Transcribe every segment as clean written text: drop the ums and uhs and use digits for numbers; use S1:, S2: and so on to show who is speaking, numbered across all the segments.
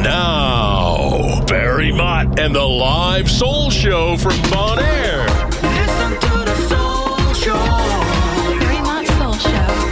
S1: Now, Barry Mott and the live soul show from Bon Air.
S2: Listen to the soul show. Barry Mott Soul Show.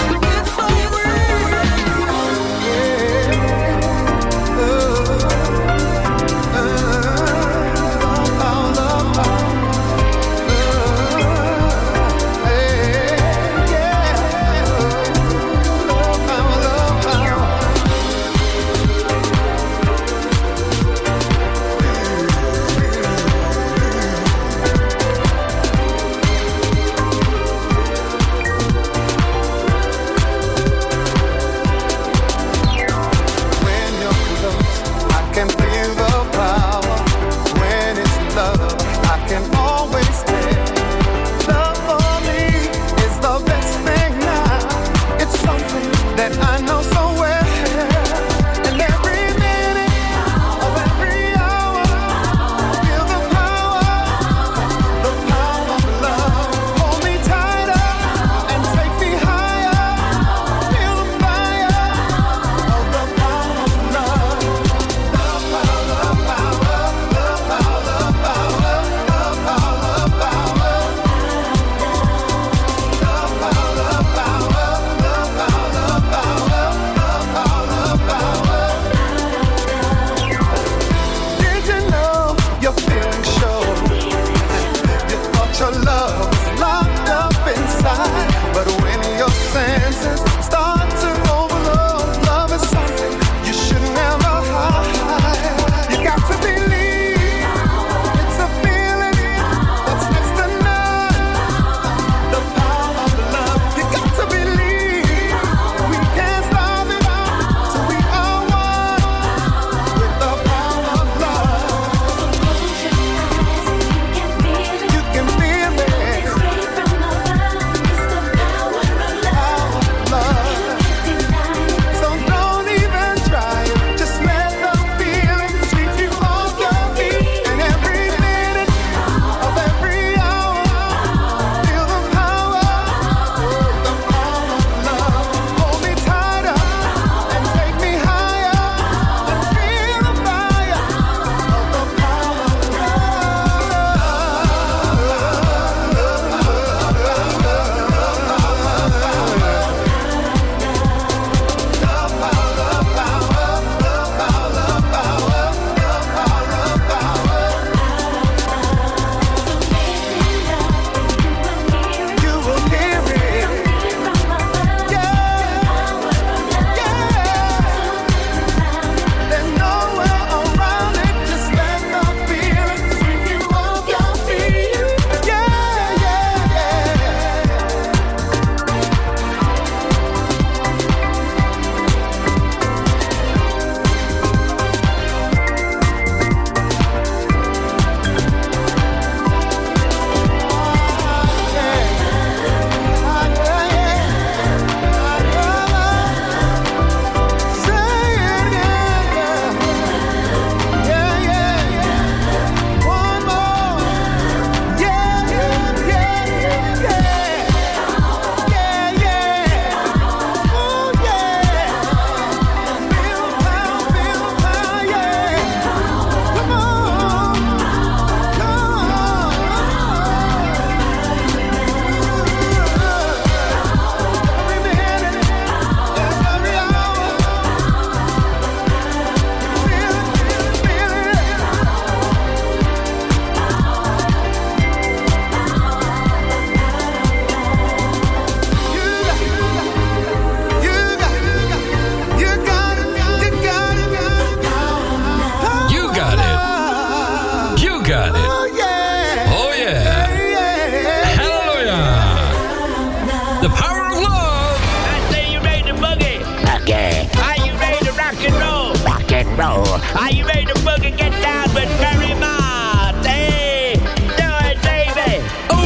S3: roll. Are you ready to boogie? Get down with Barry Mott. Hey, do it, baby.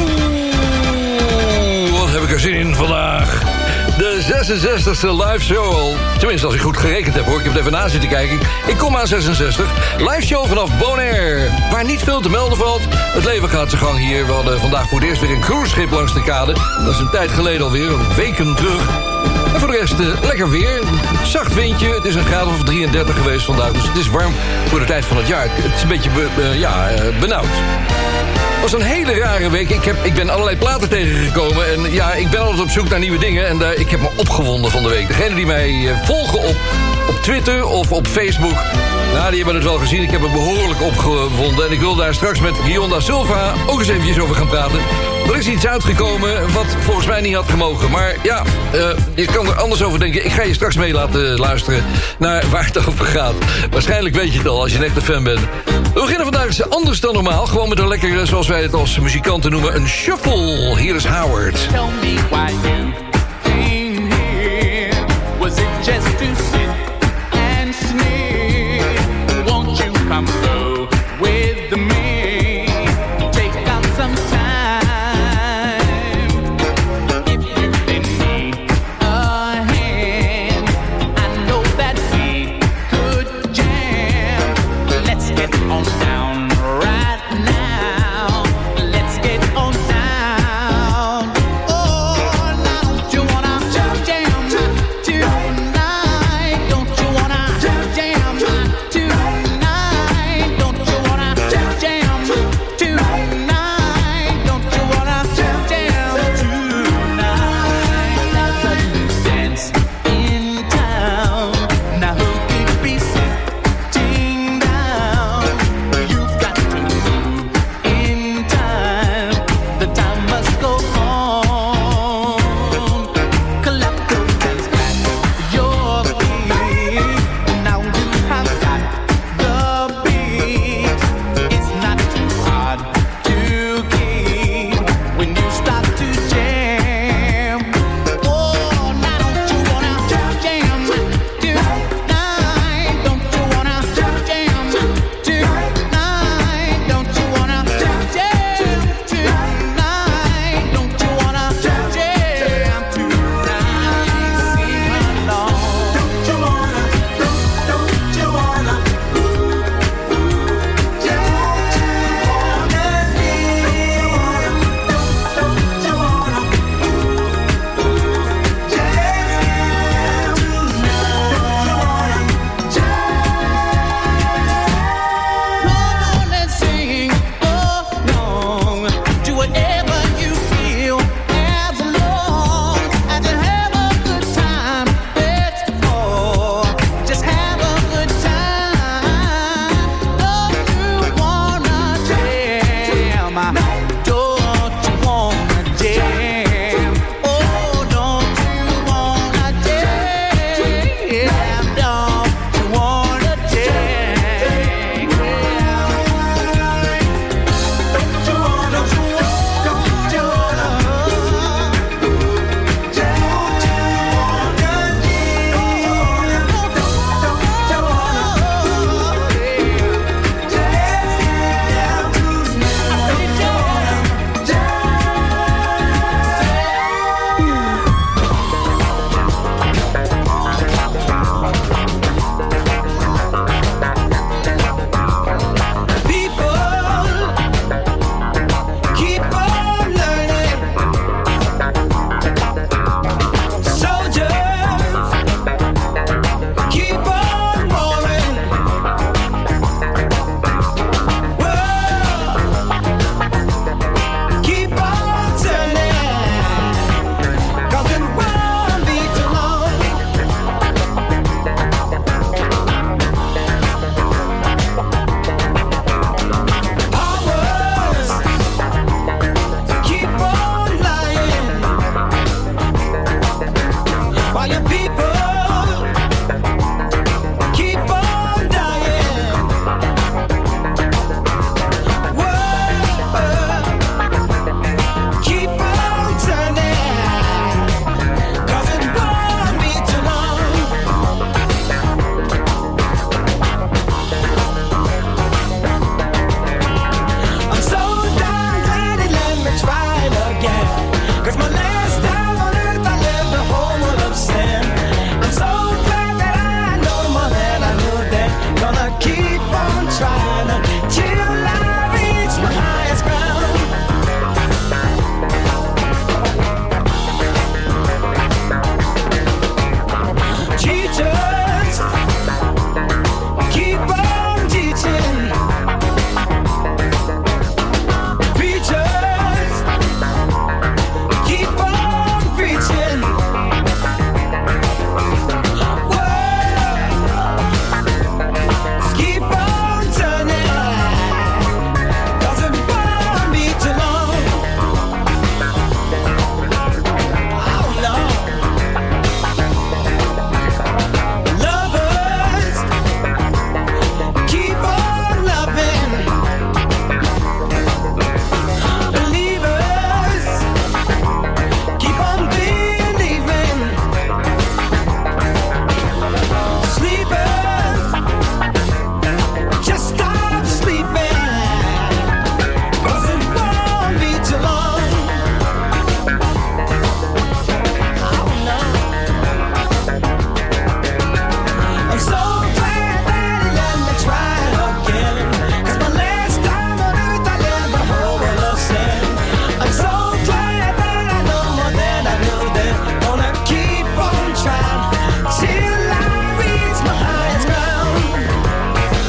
S4: Oh, wat heb ik er zin in vandaag. De 66e live show. Tenminste, als ik goed gerekend heb, hoor. Ik heb het even na zitten kijken. Ik kom aan 66. Live show vanaf Bon Air. Waar niet veel te melden valt. Het leven gaat zijn gang hier. We hadden vandaag voor het eerst weer een cruiseschip langs de kade. Dat is een tijd geleden alweer, weken terug. En voor de rest, lekker weer. Zacht windje. Het is een graad of 33 geweest vandaag. Dus het is warm voor de tijd van het jaar. Het is een beetje benauwd. Het was een hele rare week. Ik ben allerlei platen tegengekomen. En ja, ik ben altijd op zoek naar nieuwe dingen. En ik heb me opgewonden van de week. Degenen die mij volgen op Twitter of op Facebook... Nou, die hebben het wel gezien. Ik heb me behoorlijk opgewonden. En ik wil daar straks met Guillaume da Silva ook eens eventjes over gaan praten. Er is iets uitgekomen wat volgens mij niet had gemogen. Maar ja, je kan er anders over denken. Ik ga je straks mee laten luisteren naar waar het over gaat. Waarschijnlijk weet je het al als je een echte fan bent. We beginnen vandaag eens anders dan normaal. Gewoon met een lekkere, zoals wij het als muzikanten noemen, een shuffle. Hier is Howard.
S5: Tell me why you came here. Was it just to sit and sneer? Won't you come go with me? Take out some time. If you lend me a hand, I know that we could jam. Let's get on down right now. Let's get on down. Oh, now don't you wanna jam tonight? Don't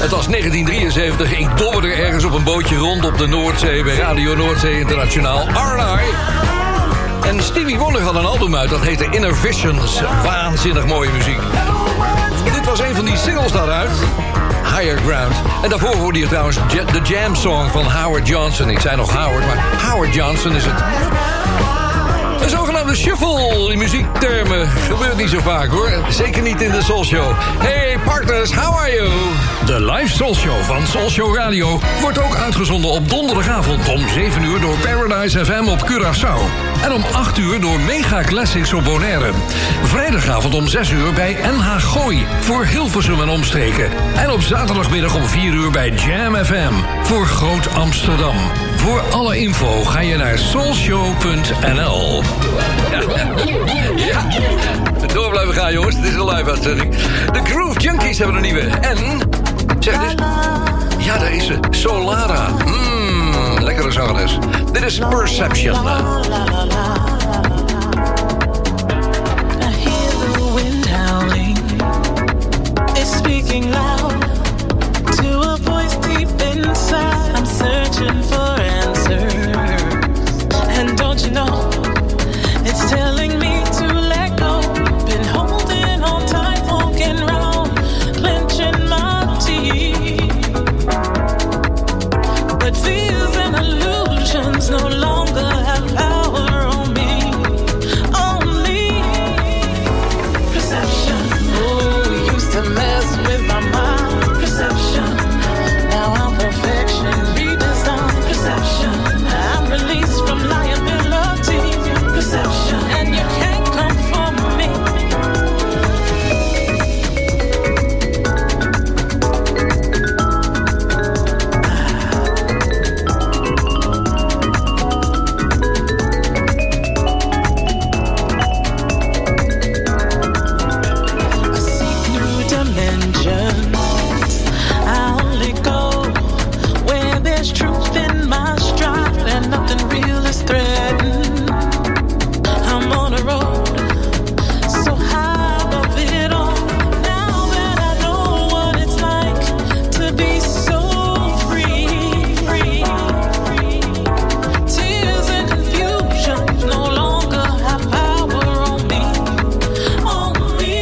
S4: Het was 1973. Ik dobberde ergens op een bootje rond op de Noordzee... bij Radio Noordzee Internationaal. Arnai. En Stevie Wonder had een album uit, dat heette Inner Visions. Waanzinnig mooie muziek. Dit was een van die singles daaruit. Higher Ground. En daarvoor hoorde je trouwens de Jam Song van Howard Johnson. Ik zei nog Howard, maar Howard Johnson is het. Een zogenaamde shuffle in muziektermen. Gebeurt niet zo vaak hoor. Zeker niet in de Soul Show. Hey partners, how are you?
S6: De live Soul Show van Soul Show Radio wordt ook uitgezonden op donderdagavond om 7 uur door Paradise FM op Curaçao. En om 8 uur door Mega Classics op Bonaire. Vrijdagavond om 6 uur bij NH Gooi voor Hilversum en omstreken. En op zaterdagmiddag om 4 uur bij Jam FM voor Groot Amsterdam. Voor alle info ga je naar soulshow.nl.
S4: Ja, door blijven gaan jongens, het is een live uitzending. De Groove Junkies hebben een nieuwe. En, zeg het eens. Ja, daar is ze. Solara. Lekkere zangeres. Dit is Perception.
S2: I hear the wind howling. It's speaking loud to a voice deep inside. I'm searching for answers. And don't you know, it's telling me to let go. Been holding on tight, walking round, clenching my teeth. But fears and illusions no longer have power on me. On me. Perception. Oh, used to mess with my mind. Perception. Now I'm perfection. Redesign. Perception. I'm released from liability. Perception. And you can't come for me. I see new dimensions. I only go where there's truth in my stride and nothing real is threatened. I'm on a road so high above it all. Now that I know what it's like to be so free. Tears and confusion no longer have power on me. On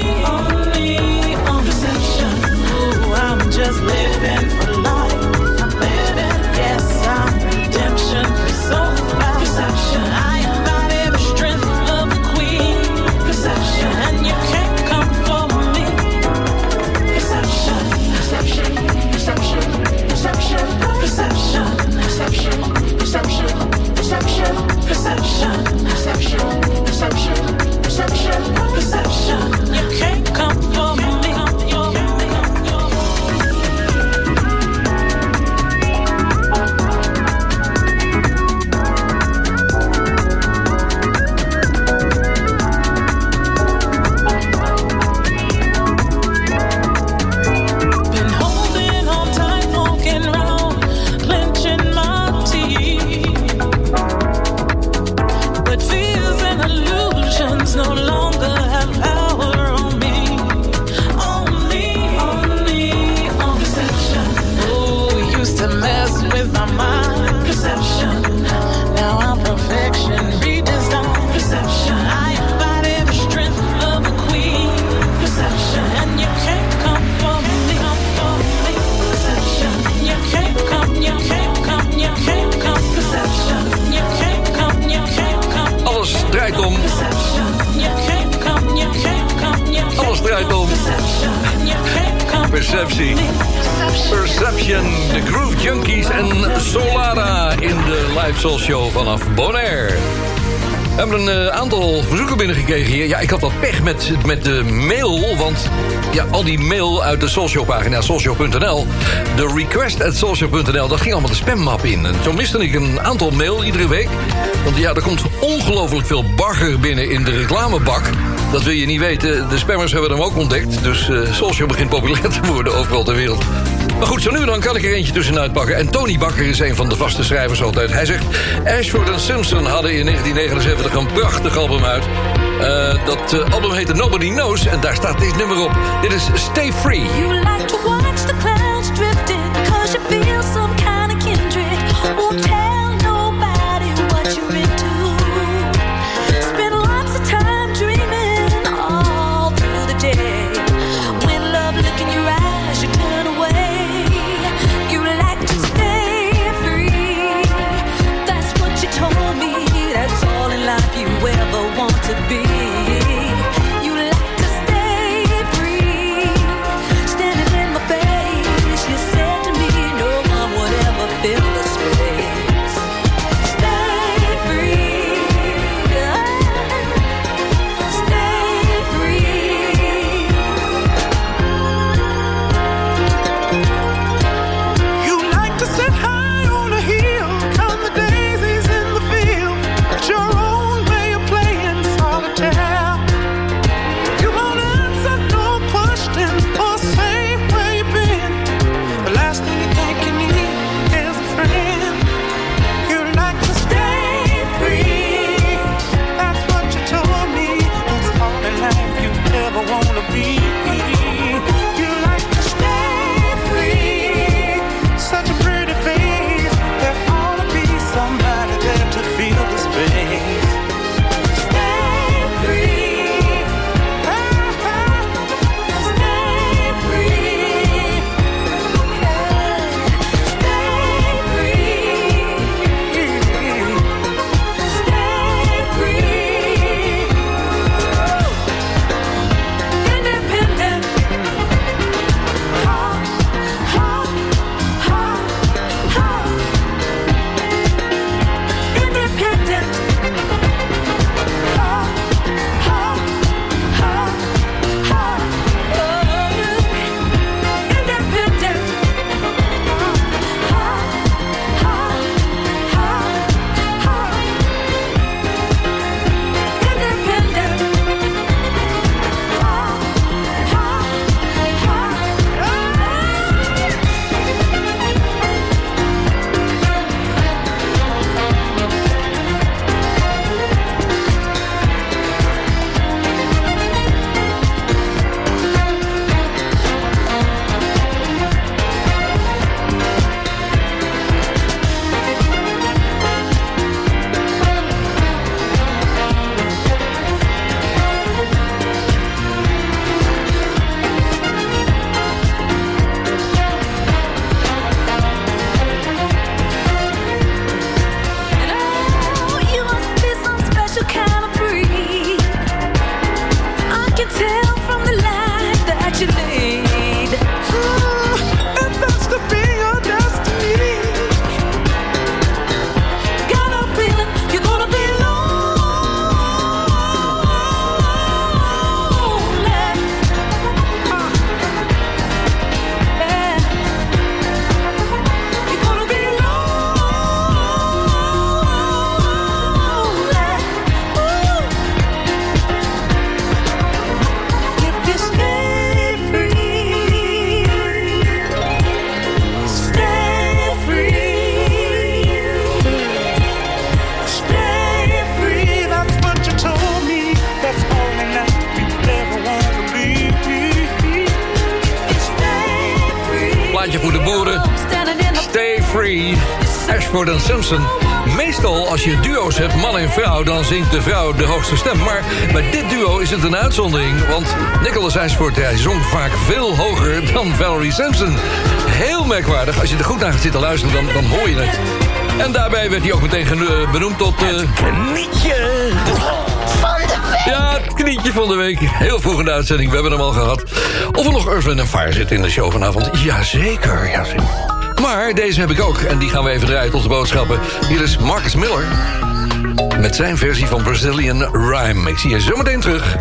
S2: perception. Ooh, I'm just living for life. I'm living, yes, I'm redemption for soul. Perception. I embody the strength of a queen. Perception. And you can't come for me. Perception. Perception. Perception. Perception. Perception. Perception. Perception. Perception. Perception. Perception. Perception. Perception. Perception. You can't come for me. Been holding on tight, walking round, clenching my teeth. But fears and illusions no longer have power on me. On perception. Oh, used to mess with my mind. Perception. Now I'm perfection. Redesign. Perception. I embody the strength of a queen. Perception. And you can't come for me. Perception. You can't come. You can't come. You can't come. Perception. You can't come. You can't come.
S4: Alles draait om.
S2: Perception. You can't come. You can't come. You can't
S4: Alles draait om.
S2: Perception. You can't come.
S4: Perceptie. Perception. De Groove Junkies en Solara in de live Soul Show vanaf Bonaire. We hebben een aantal verzoeken binnengekregen hier. Ja, ik had wat pech met de mail, want ja, al die mail uit de Soulshow-pagina soulshow.nl, de request@soulshow.nl, dat ging allemaal de spammap in. En zo miste ik een aantal mail iedere week. Want ja, er komt ongelooflijk veel bagger binnen in de reclamebak. Dat wil je niet weten. De spammers hebben hem ook ontdekt. Dus Soulshow begint populair te worden overal ter wereld. Maar goed, zo nu en dan kan ik er eentje tussenuit pakken. En Tony Bakker is een van de vaste schrijvers altijd. Hij zegt, Ashford en Simpson hadden in 1979 een prachtig album uit. Dat album heette Nobody Knows. En daar staat dit nummer op. Dit is Stay Free.
S2: You like to watch the clouds drift
S4: plaatje voor de boeren. Stay Free, Ashford en Simpson. Meestal als je duo's hebt, man en vrouw, dan zingt de vrouw de hoogste stem. Maar bij dit duo is het een uitzondering. Want Nicholas Ashford, hij zong vaak veel hoger dan Valerie Simpson. Heel merkwaardig. Als je er goed naar gaat zitten luisteren, dan hoor je het. En daarbij werd hij ook meteen benoemd tot...
S3: Knietje van de week.
S4: Ja, het knietje van de week. Heel vroeg in de uitzending, we hebben hem al gehad. Of er nog Earth, Wind & Fire zit in de show vanavond. Jazeker, jazeker. Maar deze heb ik ook. En die gaan we even draaien tot de boodschappen. Hier is Marcus Miller. Met zijn versie van Brazilian Rhyme. Ik zie je zo meteen terug.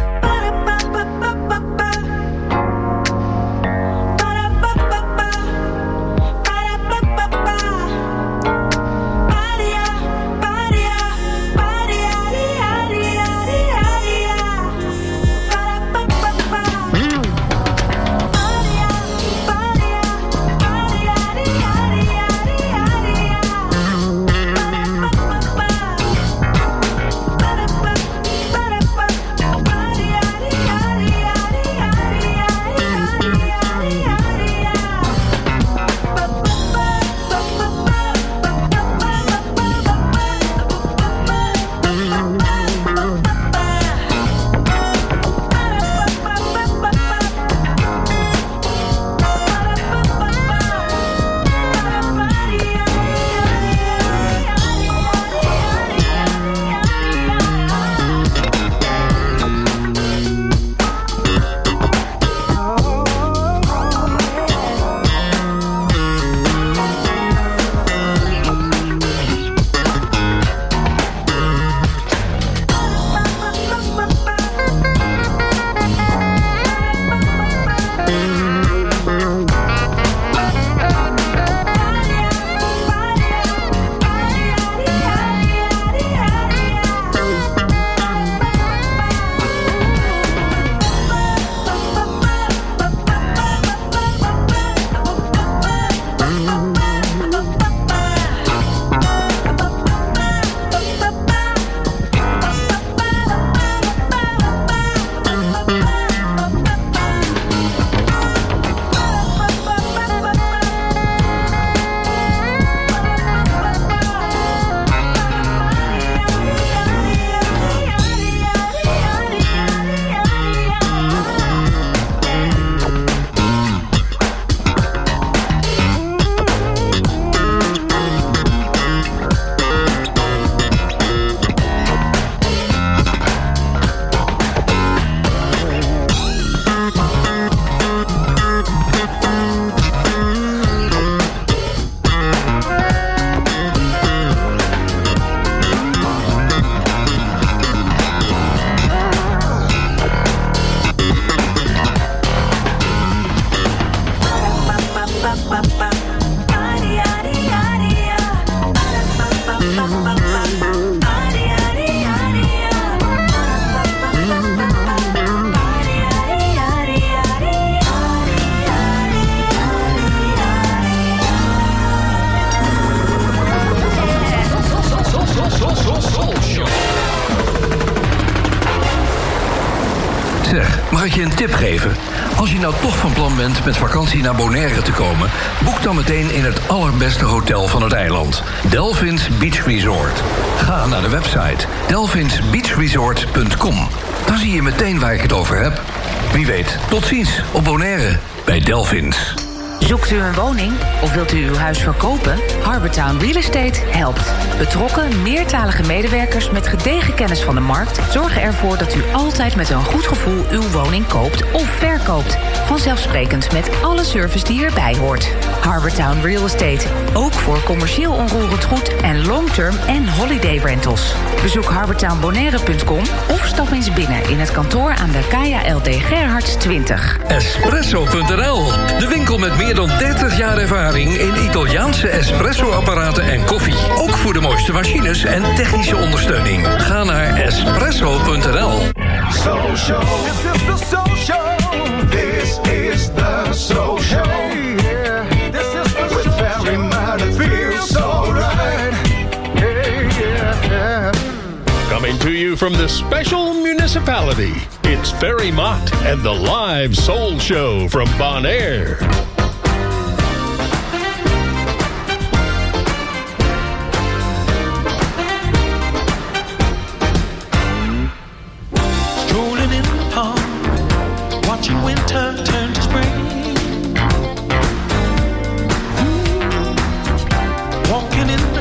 S6: Zeg, mag ik je een tip geven? Als je nou toch van plan bent met vakantie naar Bonaire te komen, boek dan meteen in het allerbeste hotel van het eiland. Delphins Beach Resort. Ga naar de website delphinsbeachresort.com. Dan zie je meteen waar ik het over heb. Wie weet, tot ziens op Bonaire bij Delphins.
S7: Zoekt u een woning of wilt u uw huis verkopen? Harbortown Real Estate helpt. Betrokken, meertalige medewerkers met gedegen kennis van de markt zorgen ervoor dat u altijd met een goed gevoel uw woning koopt of verkoopt. Vanzelfsprekend met alle service die erbij hoort. Harbortown Real Estate. Ook voor commercieel onroerend goed en long-term en holiday rentals. Bezoek harbortownbonaire.com of stap eens binnen in het kantoor aan de KLD Gerhards 20.
S6: Espresso.nl, de winkel met meer dan 30 jaar ervaring in Italiaanse espresso-apparaten en koffie. Ook voor de mooiste machines en technische ondersteuning. Ga naar espresso.nl.
S8: Social. This is the social. This is the social. Hey, yeah. This is the with social. Very mind it feels so right. Hey, yeah.
S1: Coming to you from the special municipality, it's Ferry Mott and the Live Soul Show from Bonaire.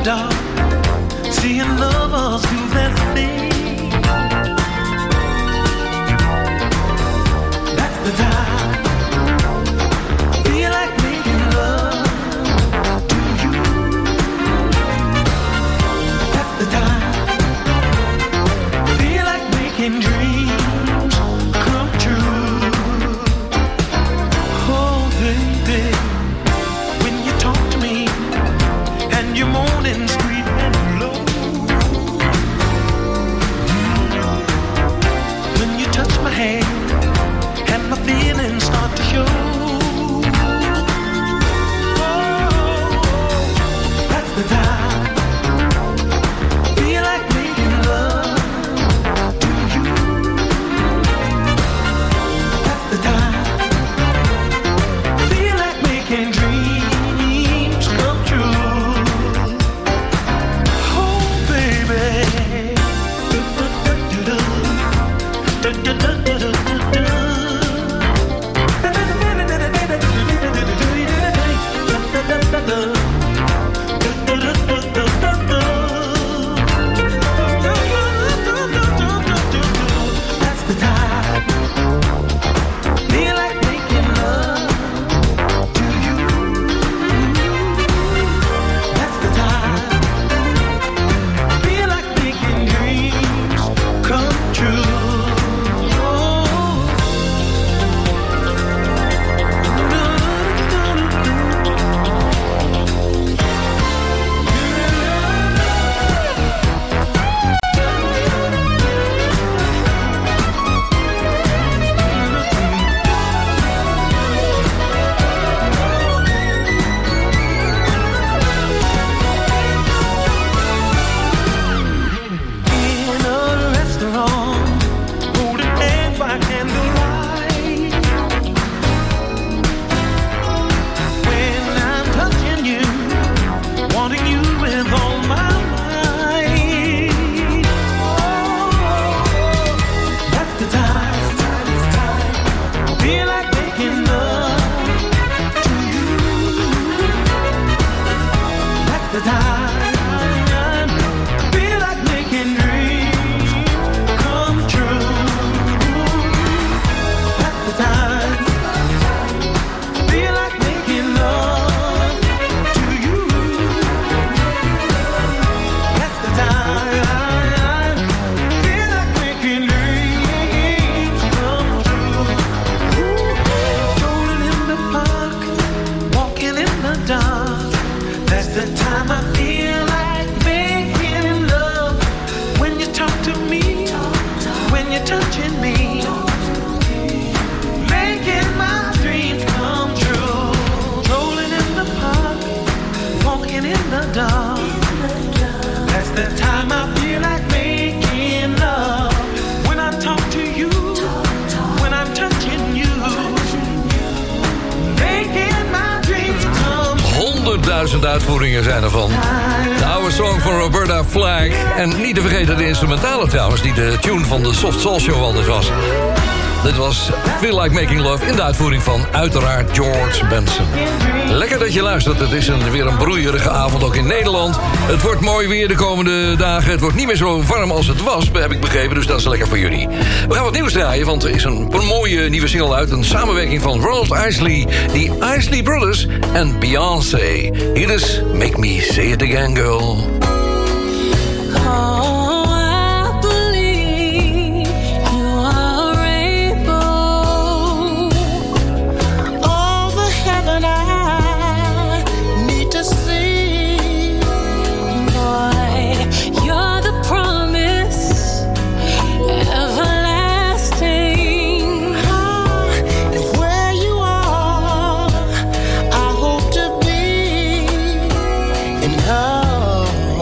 S2: dark, seeing lovers do their thing. That's the time. Feel like making love to you. That's the time. Feel like making dreams come true. Oh, baby, when you talk to me and you're moaning sweet and low, when you touch my hand and my feelings start to show. Oh, that's the time. Feel like making love to you. That's the time. Feel like making dreams come true. Oh, baby. That's the time. Feel like making love to you. That's the time. Feel like making dreams come true. In a restaurant, holding hands by candlelight. When I'm touching you, wanting you with all my might. Oh, that's the time. Feel like making love to you. That's the time. Feel like making dreams come true. That's the time. Feel like making love to you. That's the time. Feel like making dreams come true. Strolling in the park, walking in the dark. That's the time I feel like making love. When you talk to me, when you're touching me, making my dreams come true. Strolling in the park, walking in the dark. That's the time I feel like making love. When I talk to you, when I'm touching you, making my dreams come true.
S4: 100.000 uitvoeringen zijn ervan. De oude song van Roberta Flack. En niet te vergeten de instrumentale trouwens, die de tune van de Soft Soul Show altijd was. Dit was Feel Like Making Love in de uitvoering van uiteraard George Benson. Lekker dat je luistert. Het is weer een broeierige avond ook in Nederland. Het wordt mooi weer de komende dagen. Het wordt niet meer zo warm als het was, heb ik begrepen. Dus dat is lekker voor jullie. We gaan wat nieuws draaien, want er is een mooie nieuwe single uit. Een samenwerking van Ronald Isley, die Isley Brothers en Beyoncé. Hier is Make Me Say It Again, Girl.
S9: Where you are, I hope to be in love.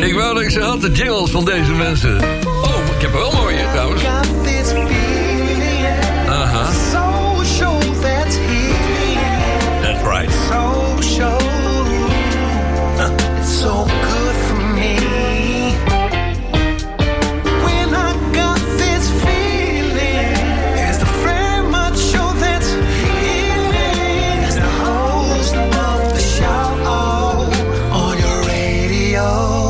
S4: Ik wou dat ik ze had, de jingles van deze mensen. Oh, ik heb er wel mooie trouwens. Aha. That's right.
S8: It's so good for me. When I got this feeling, it's the very much show that's healing. It's the host of the show on your radio.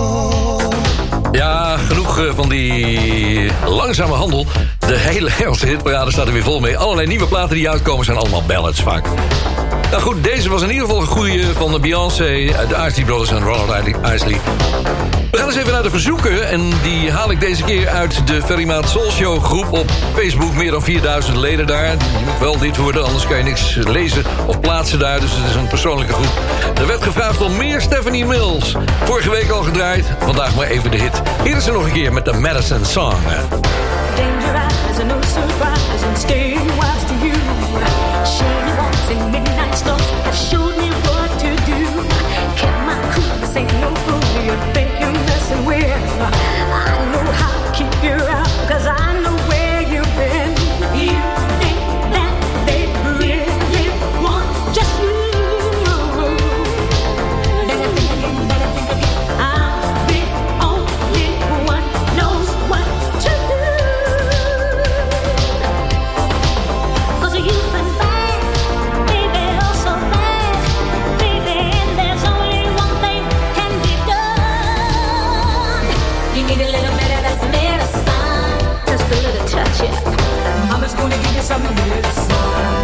S4: Ja, genoeg van die langzame handel. De hele Engelse hitparade staat er weer vol mee. Allerlei nieuwe platen die uitkomen zijn allemaal ballads vaak. Nou goed, deze was in ieder geval een goeie van Beyoncé, de Isley Brothers en Ronald Isley. We gaan eens even naar de verzoeken en die haal ik deze keer uit de Ferry Maat Soul Show groep op Facebook. Meer dan 4000 leden daar. Je moet wel lid worden, anders kan je niks lezen of plaatsen daar. Dus het is een persoonlijke groep. Er werd gevraagd om meer Stephanie Mills. Vorige week al gedraaid, vandaag maar even de hit. Hier is ze nog een keer met de Madison Song.
S2: Danger eyes and no surprise and stay wise to you. Shady walks and midnight storms have showed me what to do. Kept my cool, this ain't no fool. You think you're messing with. I know how to keep you out, cause I know where you've been. You think that they really want just you. Better think again, better think again. I'm the only one knows what to do. Cause you've been bad, baby, oh so bad, baby, and there's only one thing can be done. You need a little bit of that medicine, just a little touch, yeah. Mama's gonna give you some medicine.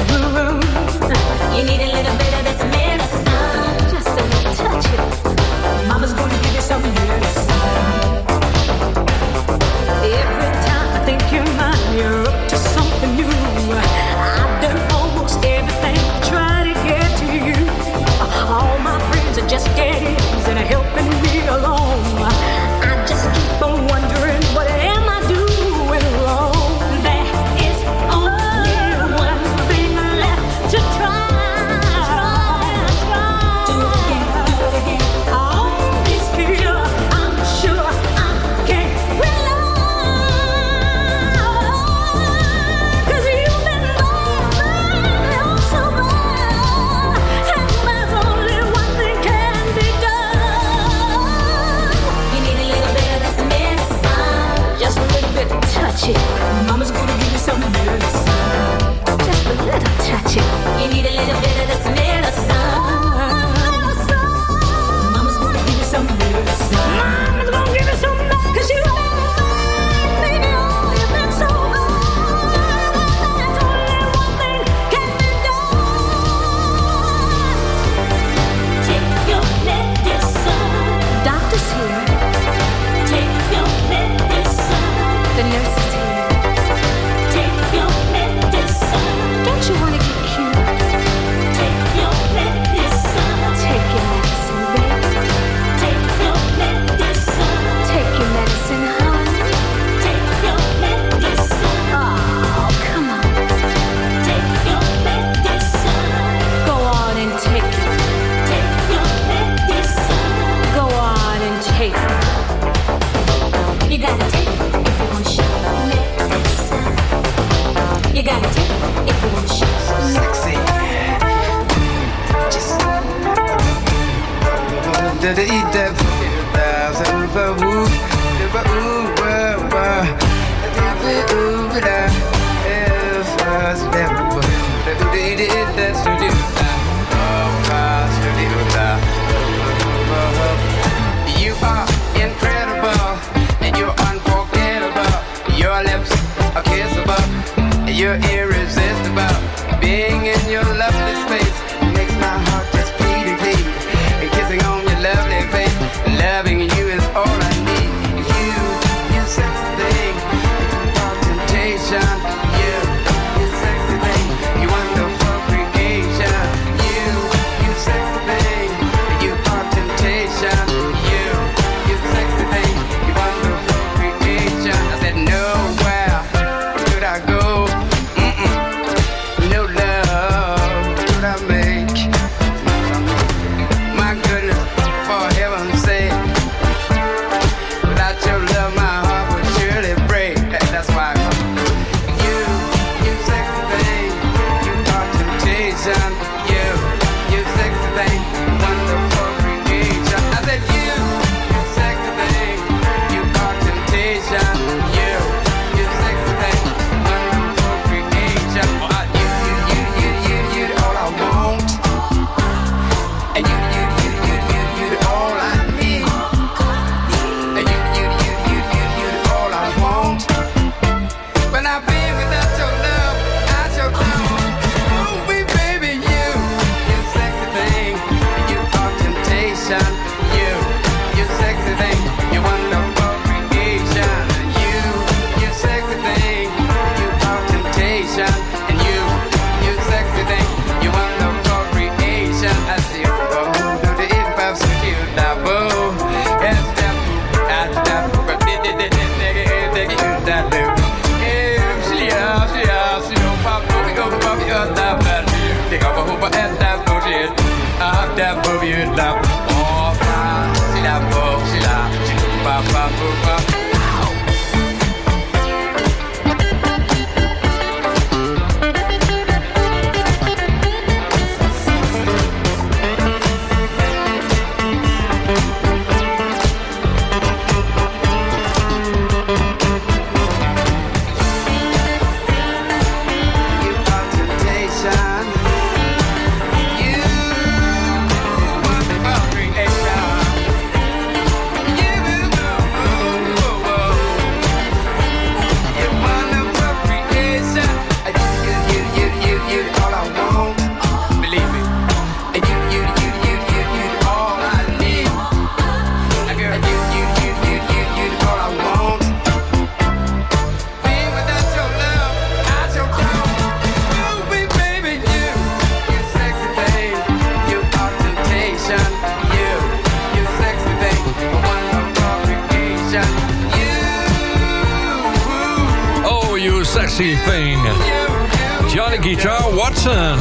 S2: You need a little bit of this medicine, just a little touch, yeah. Mama's gonna give you some medicine. Every time I think you're mine, you're up to something new. I've done almost everything to try to get to you. All my friends are just games and are helping me along. I just keep on wondering, what am I doing wrong? There is only one thing left to try. Do it again, do it again. I always feel, I'm sure I can't rely. Cause you've been bad, oh so bad. And there's only one thing can be done. You need a little bit of this medicine, just a little bit of touch it. Mama's gonna give you some medicine, just a little touch it. You need a little bit of this medicine. Mama's gonna give you some medicine. Mama's gonna give you some medicine. Cause you've been bad, baby, oh, you've been so bad. There's only one thing can be done. Take your medicine. Doctor's here. Take your medicine. The nurse is here. Take your medicine. Don't you wanna get cured? Take your medicine. Take your medicine, baby. Take your medicine. Take your medicine, honey. Take your medicine. Oh, come on. Take your medicine. Go on and take it. Take your medicine. Go on and take it. You gotta take it if you want to show medicine. You gotta take it if you want to show
S8: Sexy. Just did it eat that You are incredible and you're unforgettable. Your lips are kissable. You're irresistible. Being in your lovely space makes my heart just beat and beat. And kissing on your lovely face, loving you is all I need. You sexy thing, temptation. You sexy thing, you wonderful creation.
S4: Sexy Thing. Johnny Guitar Watson.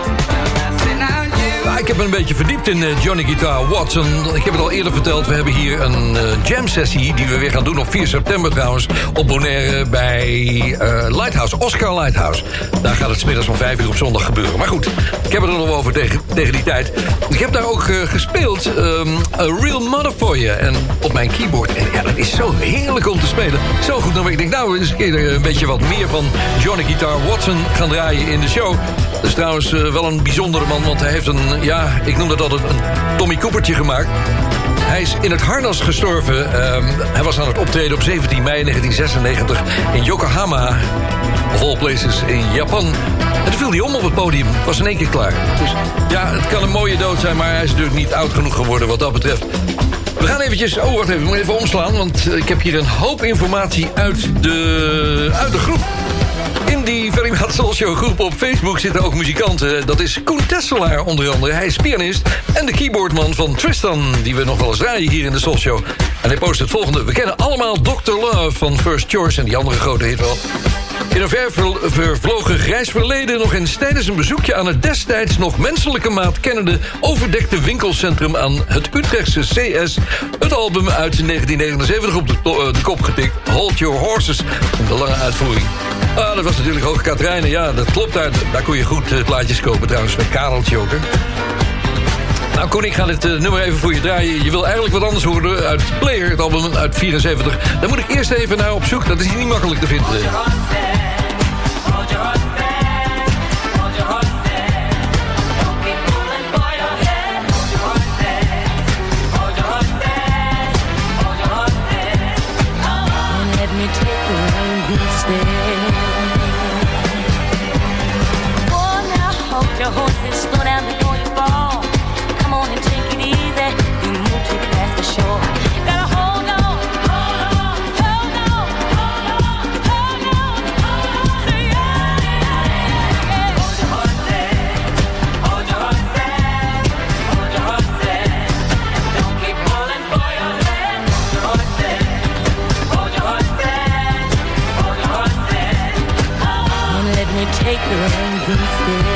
S4: Ja, ik heb me een beetje verdiept in Johnny Guitar Watson. Ik heb het al eerder verteld. We hebben hier een jam-sessie die we weer gaan doen op 4 september trouwens. Op Bonaire bij Lighthouse, Oscar Lighthouse. Daar gaat het 's middags om 5 uur op zondag gebeuren. Maar goed, ik heb het er nog over tegen die tijd. Ik heb daar ook gespeeld A Real Mother for You. En op mijn keyboard. En ja, dat is zo heerlijk om te spelen. Zo goed. Nou, ik denk, nou, eens een keer een beetje wat meer van Johnny Guitar Watson gaan draaien in de show. Dat is trouwens wel een bijzondere man, want hij heeft een, ja, ik noem dat altijd een Tommy Coopertje gemaakt. Hij is in het harnas gestorven. Hij was aan het optreden op 17 mei 1996 in Yokohama, of all places, in Japan. En toen viel hij om op het podium. Was in één keer klaar. Dus ja, het kan een mooie dood zijn, maar hij is natuurlijk niet oud genoeg geworden wat dat betreft. We gaan eventjes... Oh, wacht even, ik moet even omslaan, want ik heb hier een hoop informatie uit de groep. In die Very Mad Soul Show groep op Facebook zitten ook muzikanten. Dat is Koen Tesselaar onder andere. Hij is pianist en de keyboardman van Tristan, die we nog wel eens draaien hier in de Soul Show. En hij post het volgende. We kennen allemaal Dr. Love van First Choice en die andere grote hit wel. In een vervlogen grijs verleden nog eens tijdens een bezoekje aan het destijds nog menselijke maat kennende overdekte winkelcentrum aan het Utrechtse CS het album uit 1979 op de kop getikt. Hold Your Horses, in de lange uitvoering. Ah, dat was natuurlijk Hoge Katrijnen, ja, dat klopt. Daar kon je goed plaatjes kopen trouwens, met Kareltje ook, hè. Nou, Koen, ik ga dit nummer even voor je draaien. Je wil eigenlijk wat anders horen uit Player, het album uit 74. Daar moet ik eerst even naar op zoek, dat is niet makkelijk te vinden.
S9: Your horses slow down before you fall. Come on and take it easy. You move too fast for sure. You gotta hold on, hold on, hold on, hold on, hold on, hold on. Say yeah, yeah, yeah. Hold your horses, hold your horses, hold your horses. Don't keep pulling for your head. Hold your horses, hold your horses, hold your horses. And let me take the reins instead.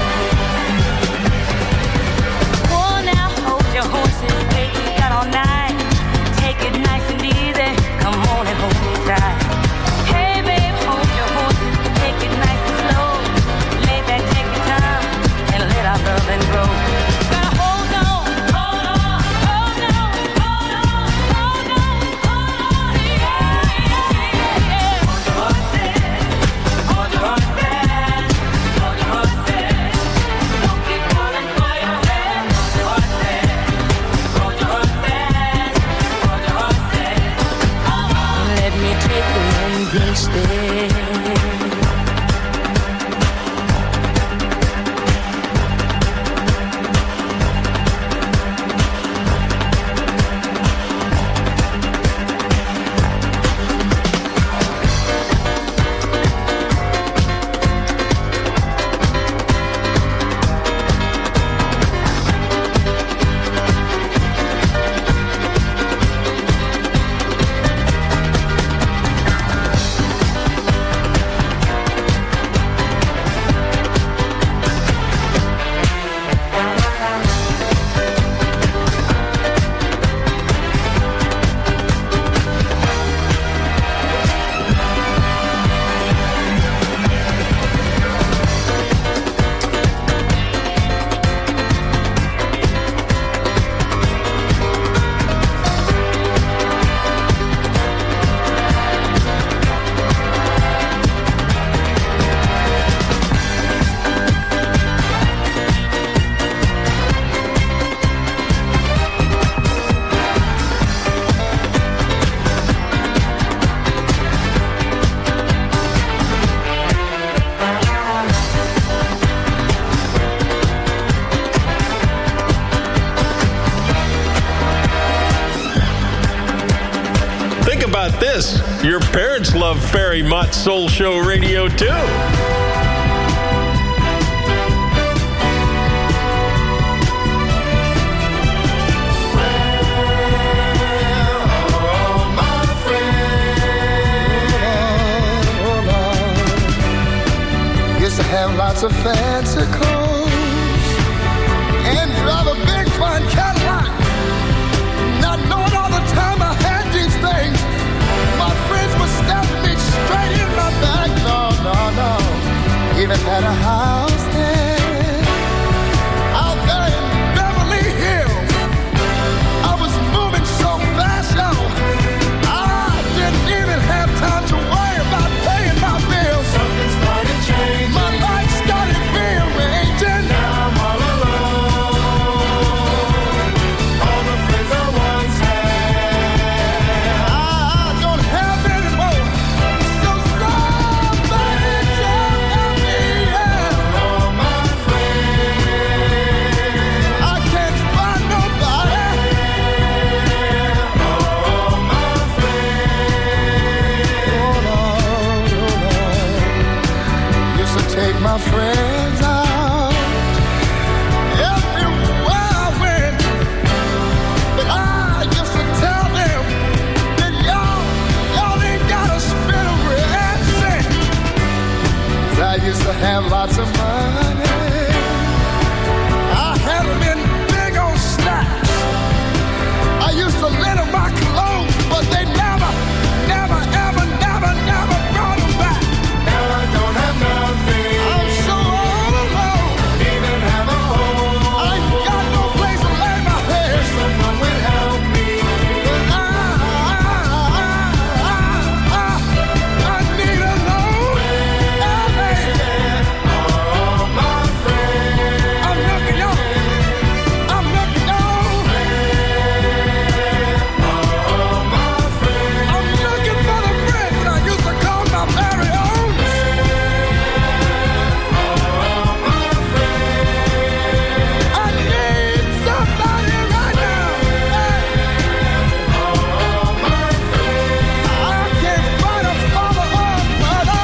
S9: Your horses, baby, got all night. Take it nice and easy. Come on and hold me tight. Hey, babe, hold your horses. Take it nice and slow. Lay back, take your time, and let our loving grow. Gotta hold on, hold on, hold on, hold on, hold on, hold on. Yeah, yeah, yeah. Hold your horses, hold your horses, hold your horses. Don't keep pulling for your head. Hold your horses. Let me take the reins instead.
S1: This, your parents love Very Much Soul Show Radio too.
S8: lots of fancy clothes and drive a big fine Cadillac. Not knowing all the time I had these things, my friends would stab me straight in my back. No, no, no. Even had a house there, out there in Beverly Hills. I was moving so fast, yo, I didn't even have time to worry about paying my bills. Something started changing. My life started rearranging. Now I'm all alone. All the friends I once had, I don't have anymore. So somebody tell me, yeah. All my friends, I can't find nobody. All my friends, oh Lord, used to take my friends out everywhere I went, but I used to tell them that y'all ain't gotta spend a red cent. 'Cause I used to have lots of money. I had them in big old stacks. I used to lend them my clothes, but they never, never, ever, never, never brought them back. Now I don't have nothing. I'm so all alone. Even have a home. I ain't got no place to lay my head. Someone would help me. But I need a loan. All my friends, I'm looking, yo. I'm looking, yo. All my friends, I'm looking for the friends that I used to call my very own. All my friends, I need somebody right now. All my friends, I can't find a father or a mother.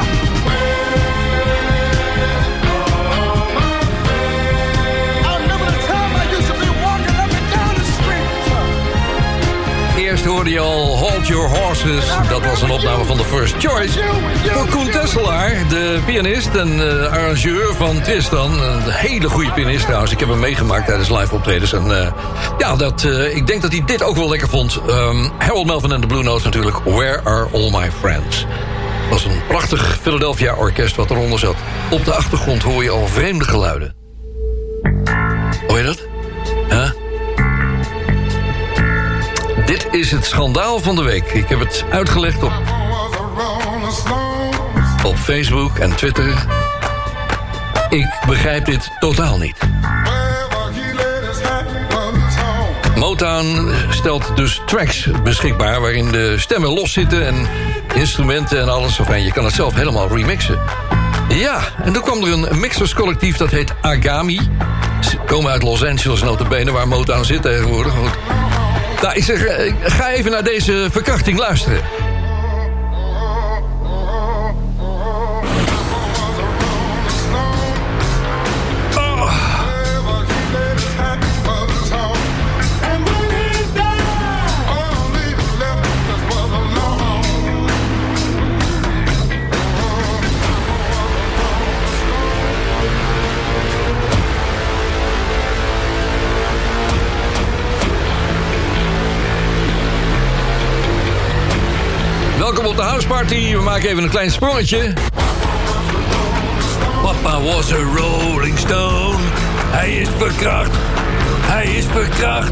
S8: All my friends, I remember the time I used to be walking up and down the street.
S4: Eerst hoorde je al Hold Your Horses. Dat was een opname van The First Choice. Voor Koen Tesselaar, de pianist en arrangeur van Tristan. Een hele goede pianist trouwens. Ik heb hem meegemaakt tijdens live optredens. En ik denk dat hij dit ook wel lekker vond. Harold Melvin en de Blue Notes natuurlijk. Where Are All My Friends? Het was een prachtig Philadelphia orkest wat eronder zat. Op de achtergrond hoor je al vreemde geluiden. Hoor je dat? Huh? Dit is het schandaal van de week. Ik heb het uitgelegd op Facebook en Twitter. Ik begrijp dit totaal niet. Motown stelt dus tracks beschikbaar waarin de stemmen los zitten en instrumenten en alles. Enfin, je kan het zelf helemaal remixen. Ja, en toen kwam er een mixerscollectief dat heet Agami. Ze komen uit Los Angeles notabene, waar Motown zit tegenwoordig. Goed. Nou, ik zeg, ga even naar deze verkrachting luisteren. Welkom op de houseparty. We maken even een klein sprongetje. Papa was a rolling stone. Hij is verkracht. Hij is verkracht.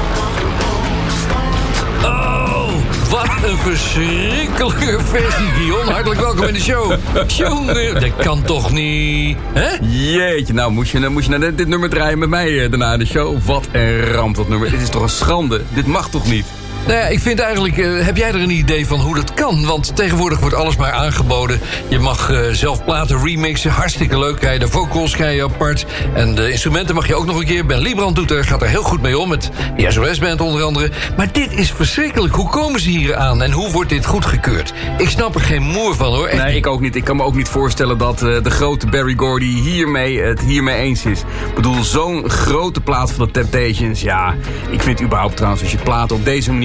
S4: Oh, wat een verschrikkelijke versie, Guillaume. Hartelijk welkom in de show. Jongen, dat kan toch niet? Hè?
S10: Jeetje, nou moest je nou dit nummer draaien met mij daarna in de show? Wat een ramp dat nummer. Dit is toch een schande? Dit mag toch niet?
S4: Nou ja, ik vind eigenlijk, heb jij er een idee van hoe dat kan? Want tegenwoordig wordt alles maar aangeboden. Je mag zelf platen remixen, hartstikke leuk. Krijg je de vocals krijg je apart. En de instrumenten mag je ook nog een keer. Ben Liebrand gaat er heel goed mee om, met de SOS-band onder andere. Maar dit is verschrikkelijk. Hoe komen ze hier aan en hoe wordt dit goedgekeurd? Ik snap er geen moer van, hoor. Echt
S10: nee,
S4: niet.
S10: Ik ook niet. Ik kan me ook niet voorstellen dat de grote Berry Gordy het hiermee eens is. Ik bedoel, zo'n grote plaat van de Temptations. Ja, ik vind überhaupt trouwens, als je platen op deze manier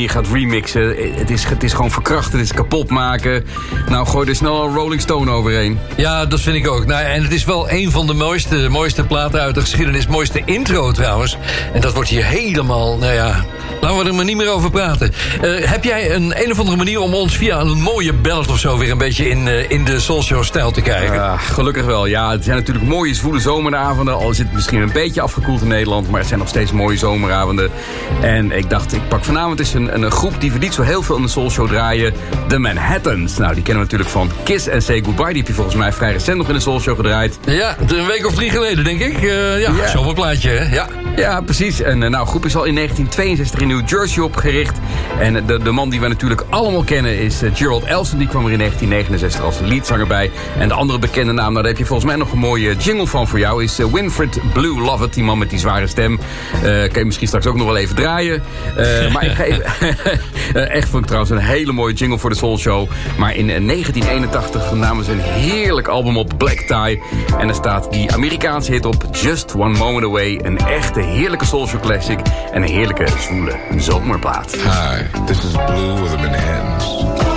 S10: gaat remixen. Het is gewoon verkrachten, het is kapot maken. Nou, gooi er snel een Rolling Stone overheen.
S4: Ja, dat vind ik ook. Nou, en het is wel een van de mooiste platen uit de geschiedenis. Mooiste intro trouwens. En dat wordt hier helemaal, nou ja... Laten we er maar niet meer over praten. Heb jij een of andere manier om ons via een mooie ballad of zo... weer een beetje in de Soulshow-stijl te krijgen?
S10: Gelukkig wel. Ja, het zijn natuurlijk mooie zwoele zomeravonden. Al is het misschien een beetje afgekoeld in Nederland... maar het zijn nog steeds mooie zomeravonden. En ik dacht, ik pak vanavond eens een groep... die niet zo heel veel in de Soulshow draaien. De Manhattans. Nou, die kennen we natuurlijk van Kiss and Say Goodbye. Die heb je volgens mij vrij recent nog in de Soulshow gedraaid.
S4: Ja, een week of 3 geleden, denk ik. Ja. Zomerplaatje, hè? Ja.
S10: Ja, precies. En de groep is al in 1962 in New Jersey opgericht. En de man die we natuurlijk allemaal kennen is Gerald Elson. Die kwam er in 1969 als leadzanger bij. En de andere bekende naam, daar heb je volgens mij nog een mooie jingle van voor jou... is Winfred Blue Lovett, die man met die zware stem. Kan je misschien straks ook nog wel even draaien. Maar ik ga even... echt vond ik trouwens een hele mooie jingle voor de Soul Show. Maar in 1981 namen ze een heerlijk album op, Black Tie. En er staat die Amerikaanse hit op, Just One Moment Away. Een echte heerlijke Soul Show classic. En een heerlijke zwoele zomerplaat.
S11: Hi, this is Blue with the Manhattans.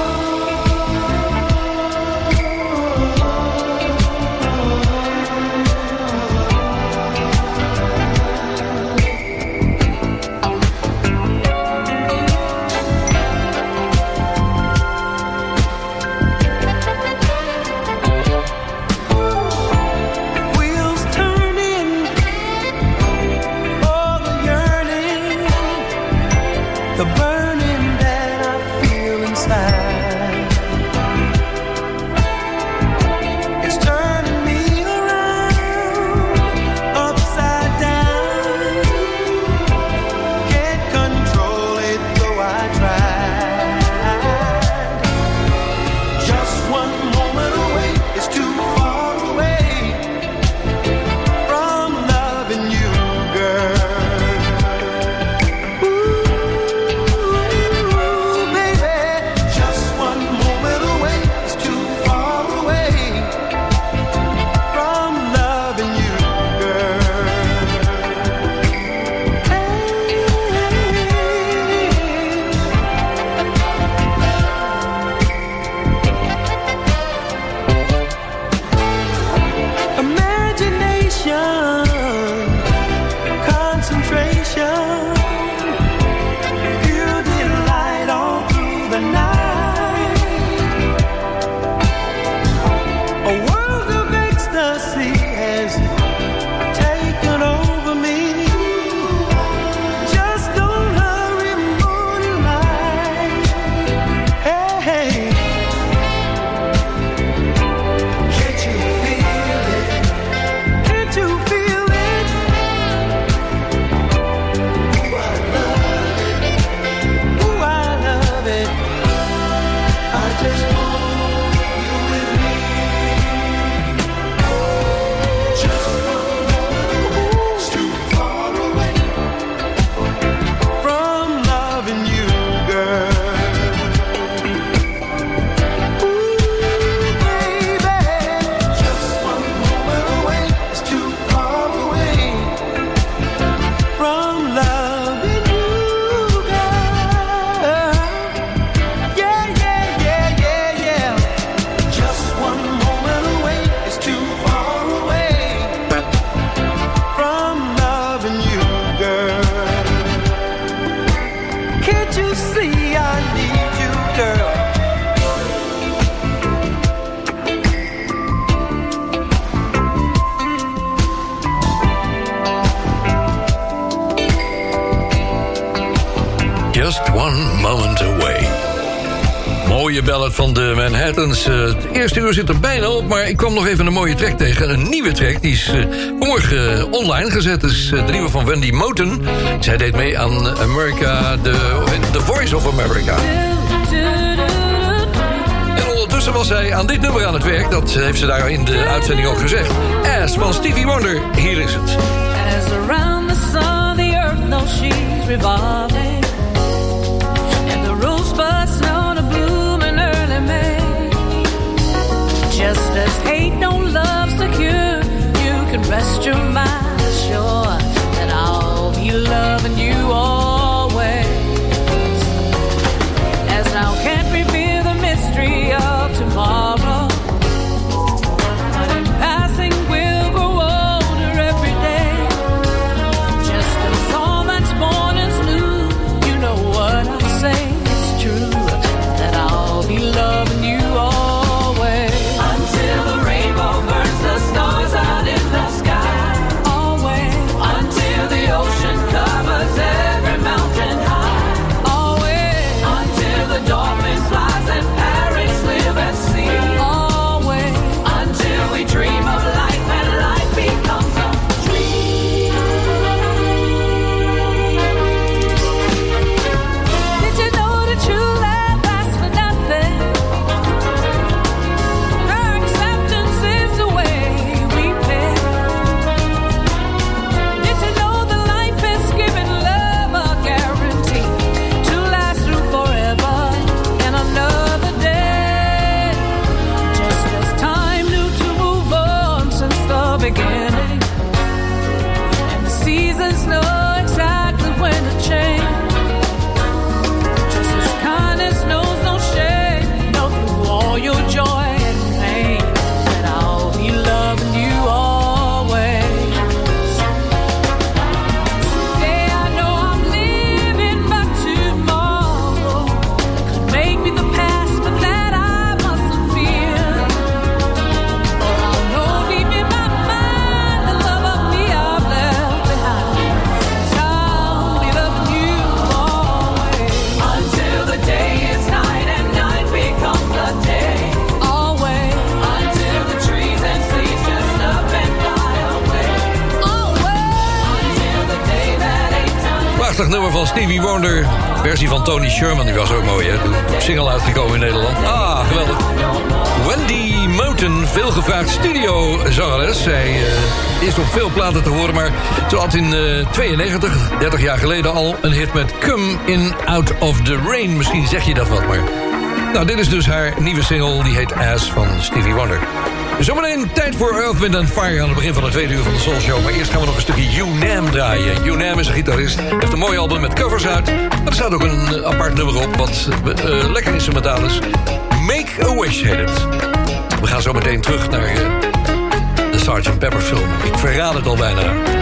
S2: The burning that I feel inside, it's turning me around, upside down. Can't control it though I try. Just one moment away is too far away from loving you, girl.
S4: Mooie ballad van de Manhattans. Het eerste uur zit er bijna op, maar ik kwam nog even een mooie track tegen. Een nieuwe track, die is vanmorgen online gezet. Dat is de nieuwe van Wendy Moten. Zij deed mee aan America, The Voice of America. En ondertussen was zij aan dit nummer aan het werk. Dat heeft ze daar in de uitzending ook gezegd. As van Stevie Wonder, hier is het.
S12: As around the sun, the earth knows she's revolving. And the rosebuds know to bloom in early May. Just as hate no love's secure, you can rest your mind assured that I'll be loving you always.
S4: nummer van Stevie Wonder. Versie van Tony Sherman, die was ook mooi, hè? Toen single uitgekomen in Nederland. Ah, geweldig. Wendy Moten, veelgevraagd studiozangeres. Zij is op veel platen te horen, maar ze had in 92, 30 jaar geleden al... een hit met Come In Out Of The Rain. Misschien zeg je dat wat, maar... Nou, dit is dus haar nieuwe single, die heet Ass van Stevie Wonder. Zometeen tijd voor Earth, Wind & Fire aan het begin van de tweede uur van de Soul Show. Maar eerst gaan we nog een stukje UNAM draaien. UNAM is een gitarist, heeft een mooi album met covers uit. Maar er staat ook een apart nummer op, wat lekker instrumentaal is. Make a Wish heet het. We gaan zo meteen terug naar de Sgt. Pepper film. Ik verraad het al bijna.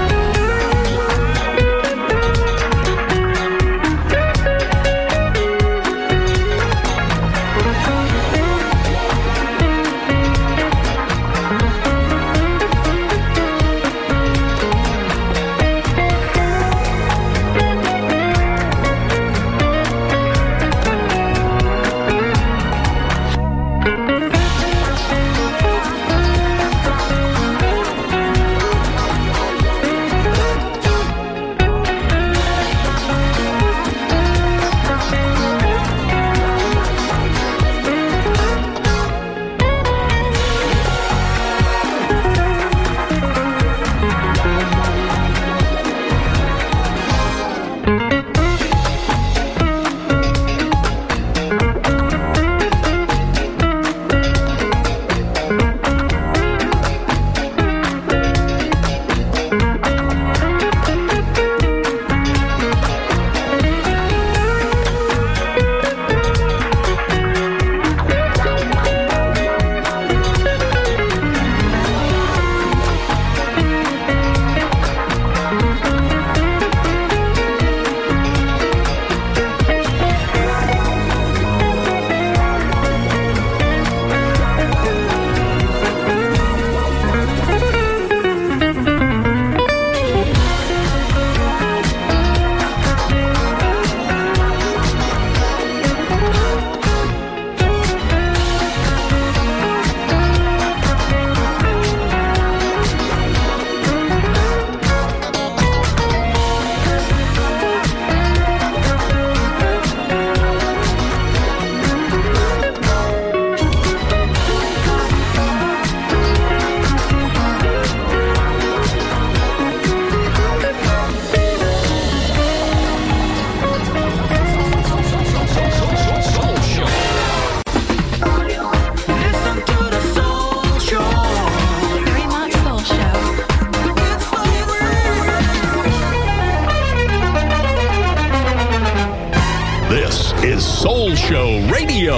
S1: Soul Show Radio.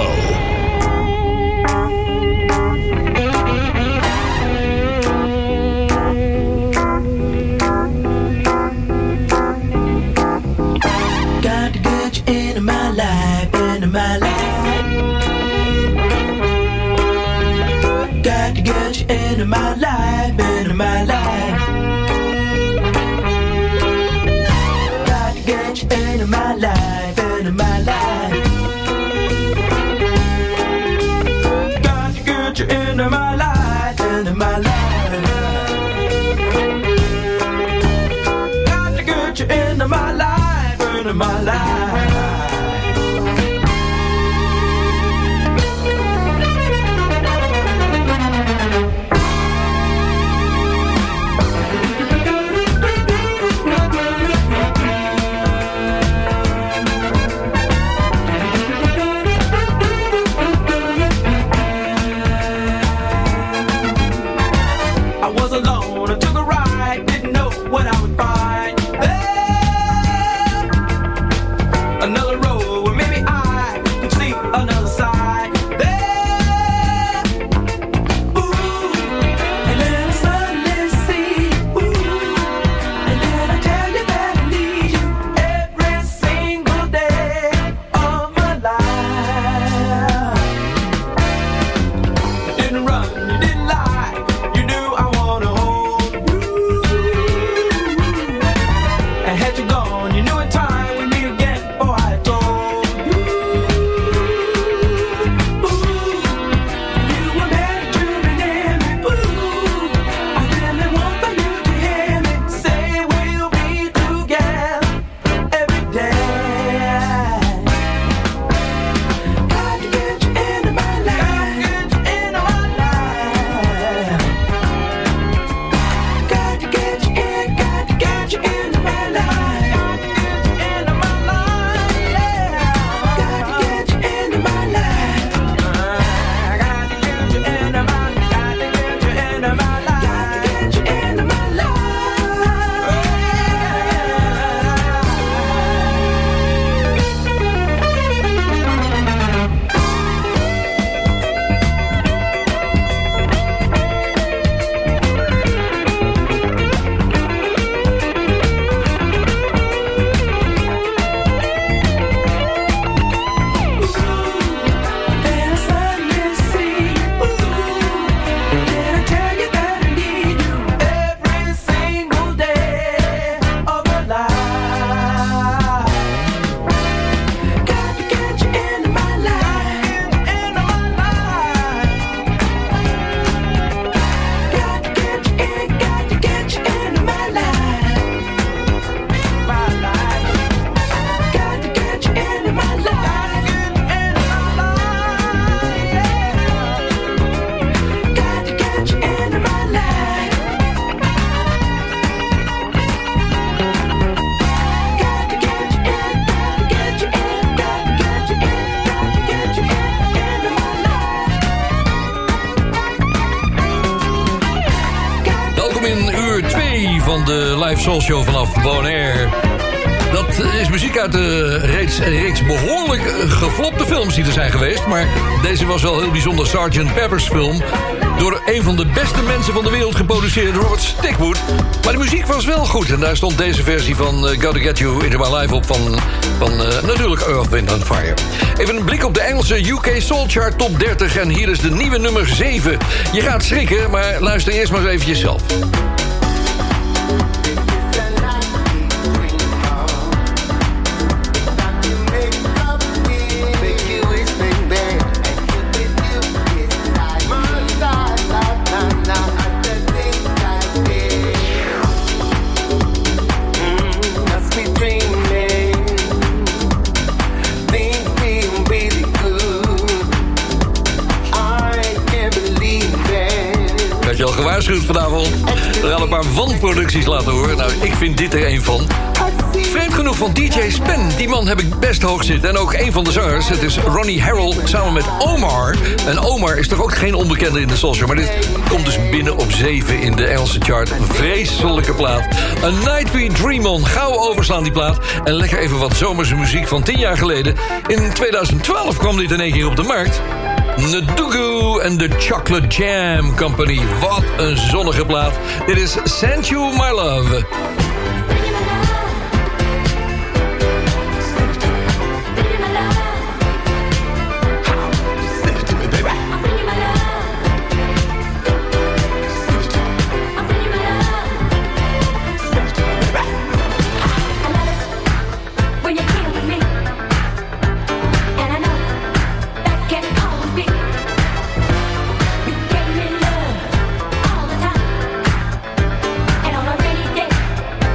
S2: Got to get you into my life, into my life. Got to get you into my life, into my life. Got to get you into my life, into my life. Got to get you into my life, into my life. Got to get you into my life, into my life.
S4: Soul Show vanaf Bonaire. Dat is muziek uit de reeks behoorlijk geflopte films die er zijn geweest. Maar deze was wel heel bijzonder. Sgt. Pepper's film. Door een van de beste mensen van de wereld geproduceerd, Robert Stickwood. Maar de muziek was wel goed. En daar stond deze versie van Gotta Get You Into My Life op. Van natuurlijk Earth, Wind and Fire. Even een blik op de Engelse UK Soul Chart Top 30. En hier is de nieuwe nummer 7. Je gaat schrikken, maar luister eerst maar eens eventjes zelf. Je al gewaarschuwd vanavond. We gaan een paar wanproducties laten horen. Nou, ik vind dit er een van. Vreemd genoeg van DJ Spen. Die man heb ik best hoog zitten. En ook een van de zangers. Het is Ronnie Harrell samen met Omar. En Omar is toch ook geen onbekende in de Soul Show. Maar dit komt dus binnen op 7 in de Engelse chart. Een vreselijke plaat. A Night We Dream On. Gauw overslaan die plaat. En lekker even wat zomerse muziek van 10 jaar geleden. In 2012 kwam dit in één keer op de markt. Ndugu en de Chocolate Jam Company. Wat een zonnige plaat. Dit is Send You My Love.
S9: And on a rainy day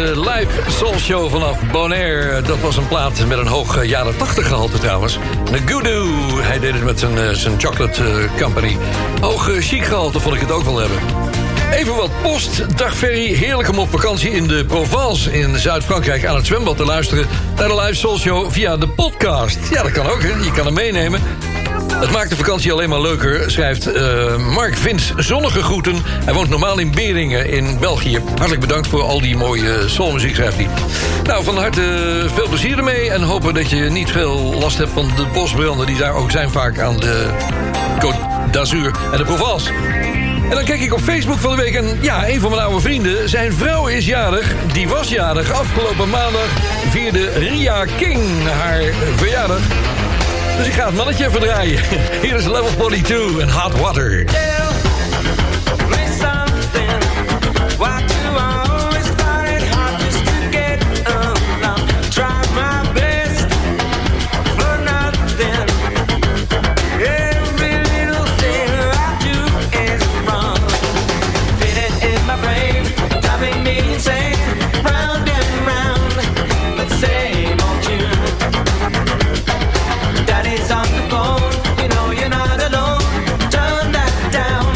S4: live soul show vanaf Bonaire. Dat was een plaat met een hoog jaren 80 gehalte trouwens. Nagudu, hij deed het met zijn chocolate company. Hoog chic gehalte vond ik het ook wel hebben. Even wat post. Dag Ferry, heerlijk om op vakantie in de Provence in Zuid-Frankrijk aan het zwembad te luisteren naar de live soul show via de podcast. Ja, dat kan ook, hè? Je kan hem meenemen. Het maakt de vakantie alleen maar leuker, schrijft Mark Vins. Zonnige groeten. Hij woont normaal in Beringen in België. Hartelijk bedankt voor al die mooie soulmuziek, schrijft hij. Nou, van harte veel plezier ermee. En hopen dat je niet veel last hebt van de bosbranden die daar ook zijn vaak aan de Côte d'Azur en de Provence. En dan kijk ik op Facebook van de week en ja, een van mijn oude vrienden, zijn vrouw is jarig. Die was jarig. Afgelopen maandag vierde Ria King haar verjaardag. Dus ik ga het mannetje even draaien. Hier is Level 42 en Hot Water.
S2: Daddy's on the phone, you know you're not alone. Turn that down.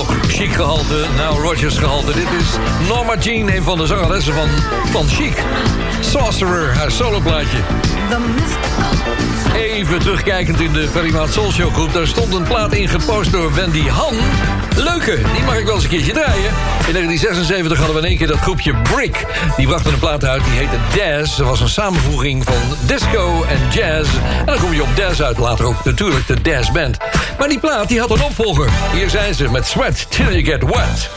S4: Ook Chic gehalte, nou Rogers gehalte. Dit is Norma Jean, een van de zangeressen van Chic. Sorcerer, haar soloplaatje. Even terugkijkend in de Ferry Maat Soul Show groep. Daar stond een plaat in gepost door Wendy Han. Leuke, die mag ik wel eens een keertje draaien. In 1976 hadden we in één keer dat groepje Brick. Die brachten een plaat uit, die heette Daz. Dat was een samenvoeging van disco en jazz. En dan kom je op Daz uit, later ook natuurlijk de Daz Band. Maar die plaat die had een opvolger. Hier zijn ze met Sweat Till You Get Wet.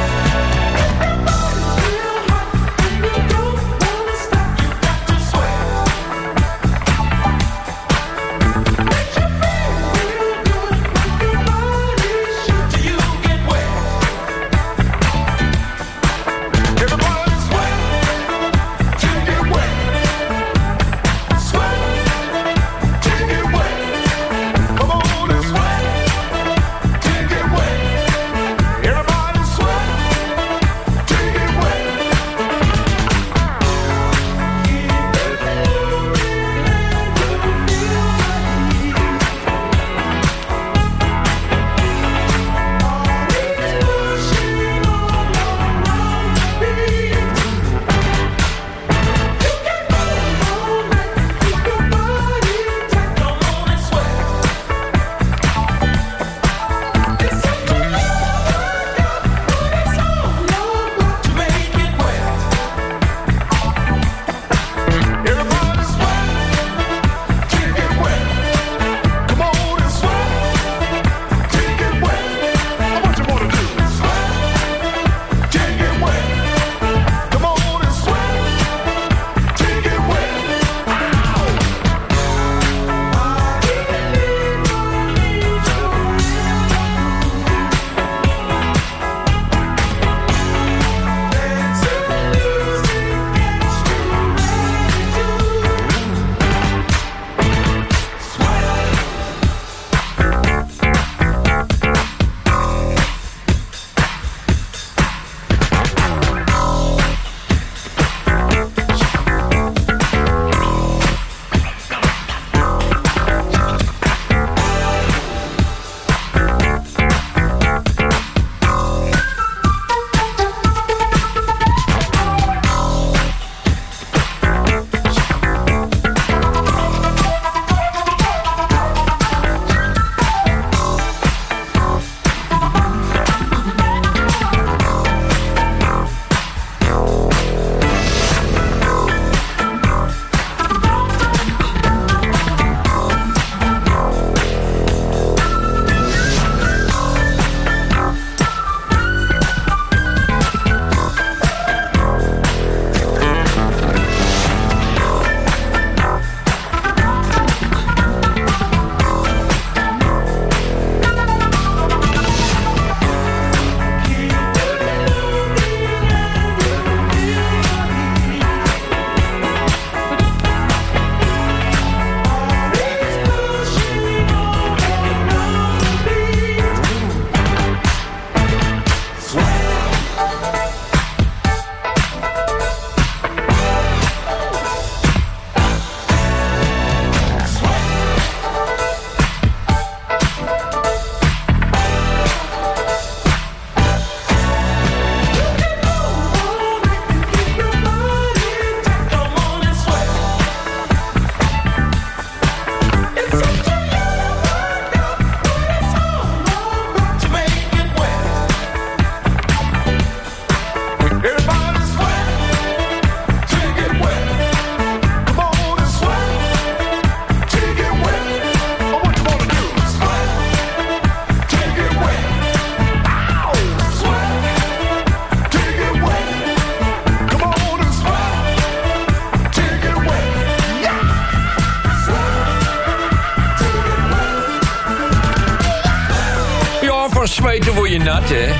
S4: Zweten word je nat, hè?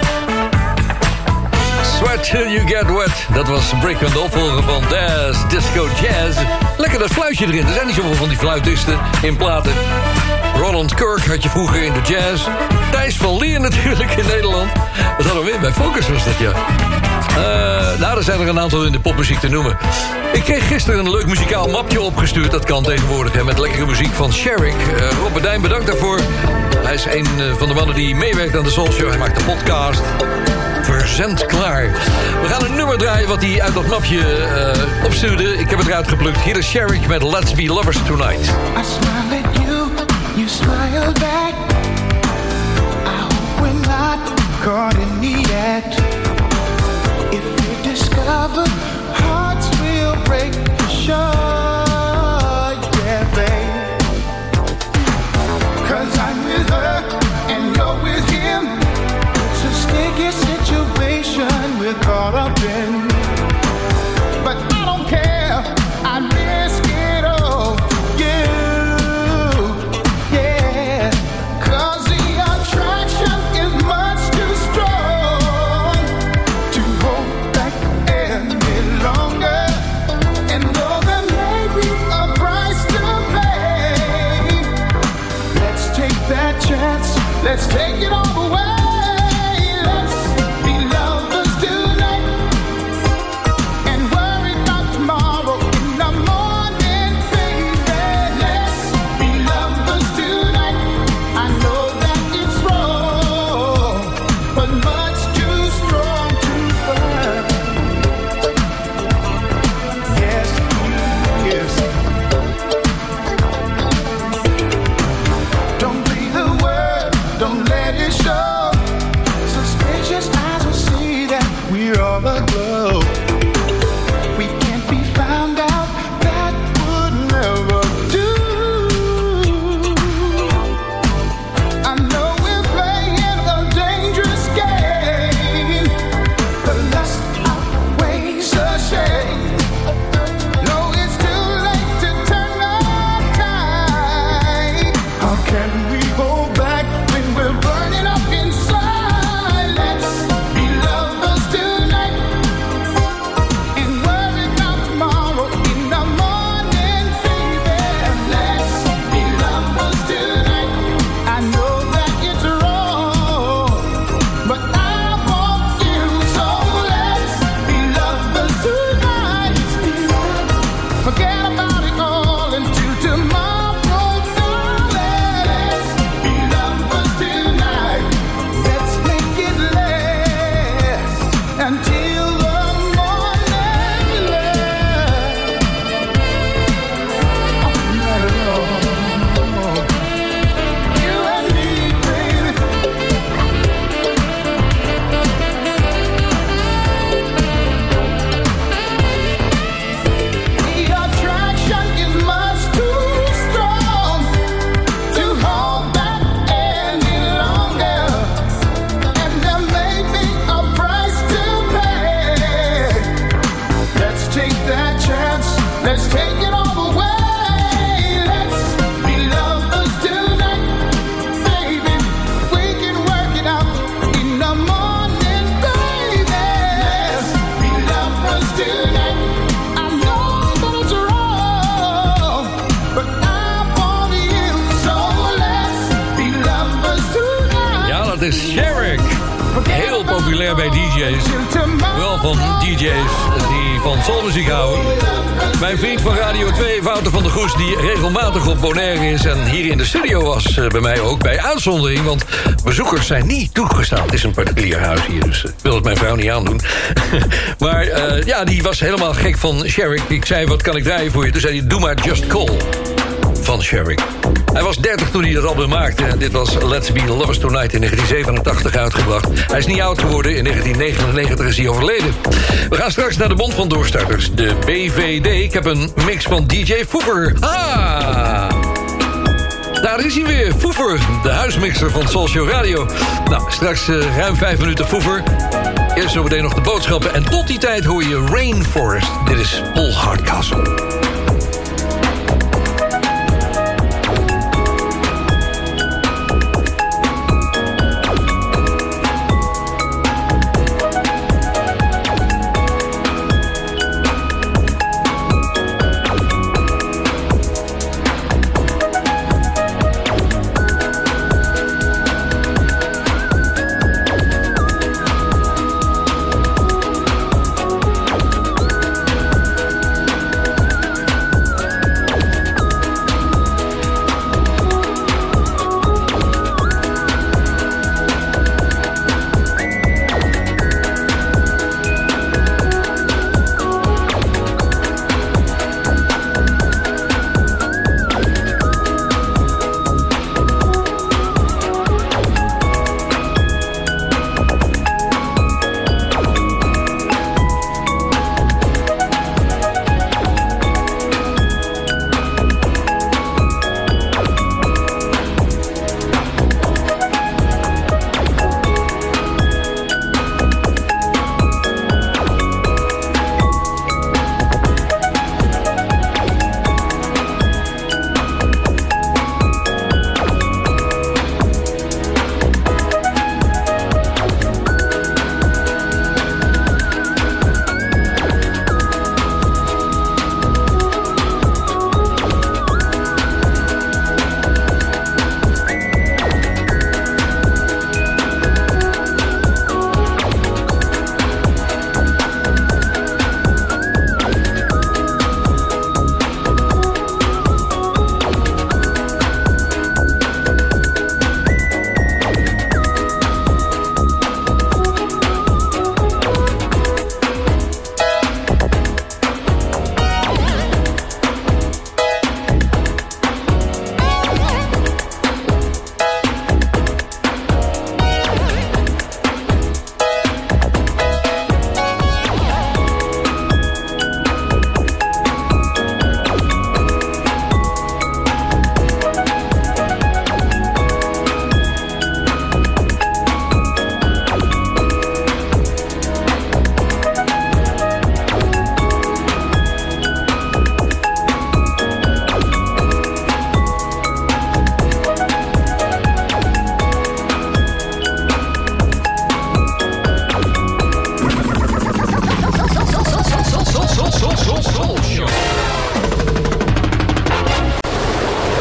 S4: Sweat Till You Get Wet. Dat was Brick en de opvolger van Daz Disco Jazz. Lekker dat fluitje erin. Er zijn niet zoveel van die fluitisten in platen. Roland Kirk had je vroeger in de jazz. Thijs van Leer natuurlijk in Nederland. Dat hadden we weer bij Focus was dat, ja. Nou, er zijn er een aantal in de popmuziek te noemen. Ik kreeg gisteren een leuk muzikaal mapje opgestuurd. Dat kan tegenwoordig, hè, met lekkere muziek van Sherrick. Rob Bedijn, bedankt daarvoor. Hij is een van de mannen die meewerkt aan de Soul Show. Hij maakt de podcast. Verzend klaar. We gaan een nummer draaien wat hij uit dat mapje opstuurde. Ik heb het eruit geplukt. Hier is Sherrick met Let's Be Lovers Tonight.
S8: I smile at you, you smile back. I hope we're not caught in the act. If we discover hearts will break for sure, yeah, babe. 'Cause I'm with her and you're with him. It's a sticky situation we're caught up in. But I don't care, I risk it all for you, yeah. 'Cause the attraction is much too strong to hold back any longer. And though there may be a price to pay, let's take that chance, let's take it all away. Let's be lovers tonight and worry about tomorrow in the morning, baby. Let's be lovers tonight. I know that it's wrong, but much too strong to find. Yes, yes. Don't breathe a word, don't let it show. Suspicious eyes will see that we're all aglow. We can't be found out, that would never do. I know we're playing a dangerous game. The lust outweighs the shame. No, it's too late to turn the tide. How can we hold back when we're burning up inside? Let's be lovers tonight and worry about tomorrow in the morning, baby. Let's be lovers tonight. I know that it's wrong, but I want you, so let's be lovers tonight. Forget about it all until tomorrow, darling. Let's be lovers tonight. Let's make it last until the morning light. Oh, not at all. You and me, baby. The attraction is much too strong to hold back any longer. And there may be a price to pay. Let's take that chance, let's take it all away. Let's be lovers tonight, baby. We can work it out in the morning, baby. Let's be lovers tonight. I know that it's wrong, but I want you, so let's be lovers tonight.
S4: Ja, dat is Sherrick. Heel populair bij DJ's. Wel van DJ's die van soulmuziek houden. Mijn vriend van Radio 2, Wouter van der Goes, die regelmatig op Bonaire is en hier in de studio was, bij mij ook, bij uitzondering, want bezoekers zijn niet toegestaan. Het is een particulier huis hier, dus ik wil het mijn vrouw niet aandoen. Maar ja, die was helemaal gek van Sherrick. Ik zei, wat kan ik draaien voor je? Toen zei hij, doe maar Just Call van Sherrick. Hij was 30 toen hij dat album maakte. En dit was Let's Be Lovers Tonight in 1987 uitgebracht. Hij is niet oud geworden. In 1999 is hij overleden. We gaan straks naar de Bond van Doorstarters. De BVD. Ik heb een mix van DJ Foever. Ah! Daar is hij weer, Foever. De huismixer van Soul Show Radio. Nou, straks ruim 5 minuten Foever. Eerst zo meteen nog de boodschappen. En tot die tijd hoor je Rainforest. Dit is Paul Hardcastle.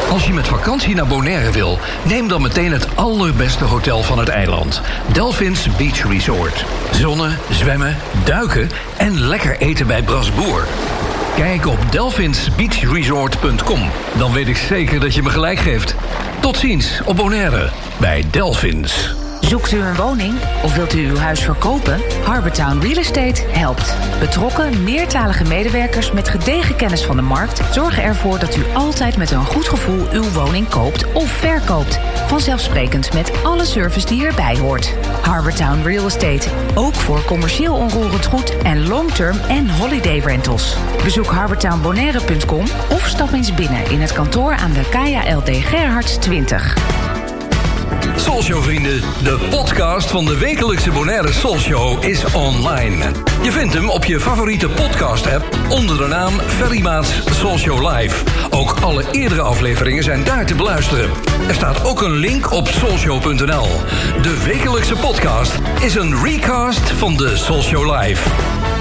S6: Als je met vakantie naar Bonaire wil, neem dan meteen het allerbeste hotel van het eiland. Delphins Beach Resort. Zonnen, zwemmen, duiken en lekker eten bij Brasboer. Kijk op delphinsbeachresort.com. Dan weet ik zeker dat je me gelijk geeft. Tot ziens op Bonaire bij Delphins.
S7: Zoekt u een woning of wilt u uw huis verkopen? Harbortown Real Estate helpt. Betrokken, meertalige medewerkers met gedegen kennis van de markt zorgen ervoor dat u altijd met een goed gevoel uw woning koopt of verkoopt. Vanzelfsprekend met alle service die erbij hoort. Harbortown Real Estate, ook voor commercieel onroerend goed en long-term en holiday rentals. Bezoek harbortownbonaire.com of stap eens binnen in het kantoor aan de KLD Gerhards 20.
S6: Soulshow vrienden, de podcast van de wekelijkse Bonaire Soulshow is online. Je vindt hem op je favoriete podcast-app onder de naam Ferry Maats Soulshow Live. Ook alle eerdere afleveringen zijn daar te beluisteren. Er staat ook een link op soulshow.nl. De wekelijkse podcast is een recast van de Soulshow Live.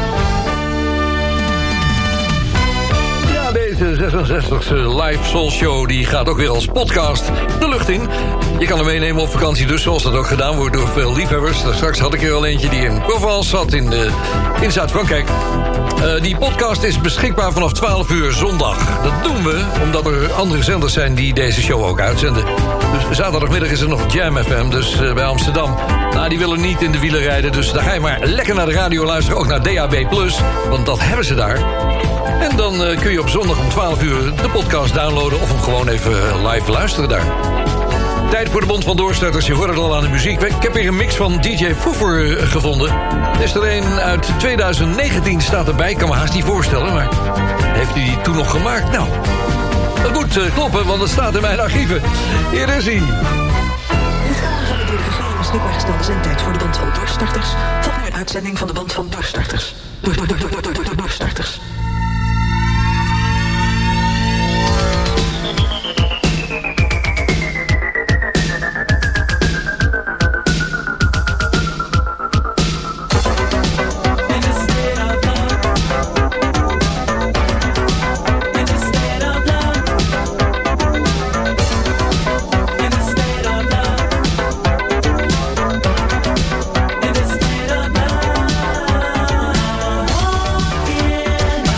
S6: De 66e live Soul Show die gaat ook weer als podcast de lucht in. Je kan hem meenemen op vakantie dus, zoals dat ook gedaan wordt door veel liefhebbers. Straks had ik er al eentje die in Provence zat in Zuid-Frankrijk. Die podcast is beschikbaar vanaf 12 uur zondag. Dat doen we omdat er andere zenders zijn die deze show ook uitzenden. Dus zaterdagmiddag is er nog Jam FM, dus bij Amsterdam. Nou, die willen niet in de wielen rijden, dus dan ga je maar lekker naar de radio luisteren. Ook naar DAB+, want dat hebben ze daar. En dan kun je op zondag om 12 uur de podcast downloaden of hem gewoon even live luisteren daar. Tijd voor de Bond van Doorstarters. Je hoort het al aan de muziek. Ik heb hier een mix van DJ Foefer gevonden. Er is er een uit 2019 staat erbij. Ik kan me haast niet voorstellen, maar heeft u die toen nog gemaakt? Nou, dat moet kloppen, want het staat in mijn archieven. Hier is hij.
S13: Het kader van de door de regering beschikbaar gestelde zendtijd voor de Band van Doorstarters valt nu een uitzending van de Band van Doorstarters. Doorstarters.
S2: Walking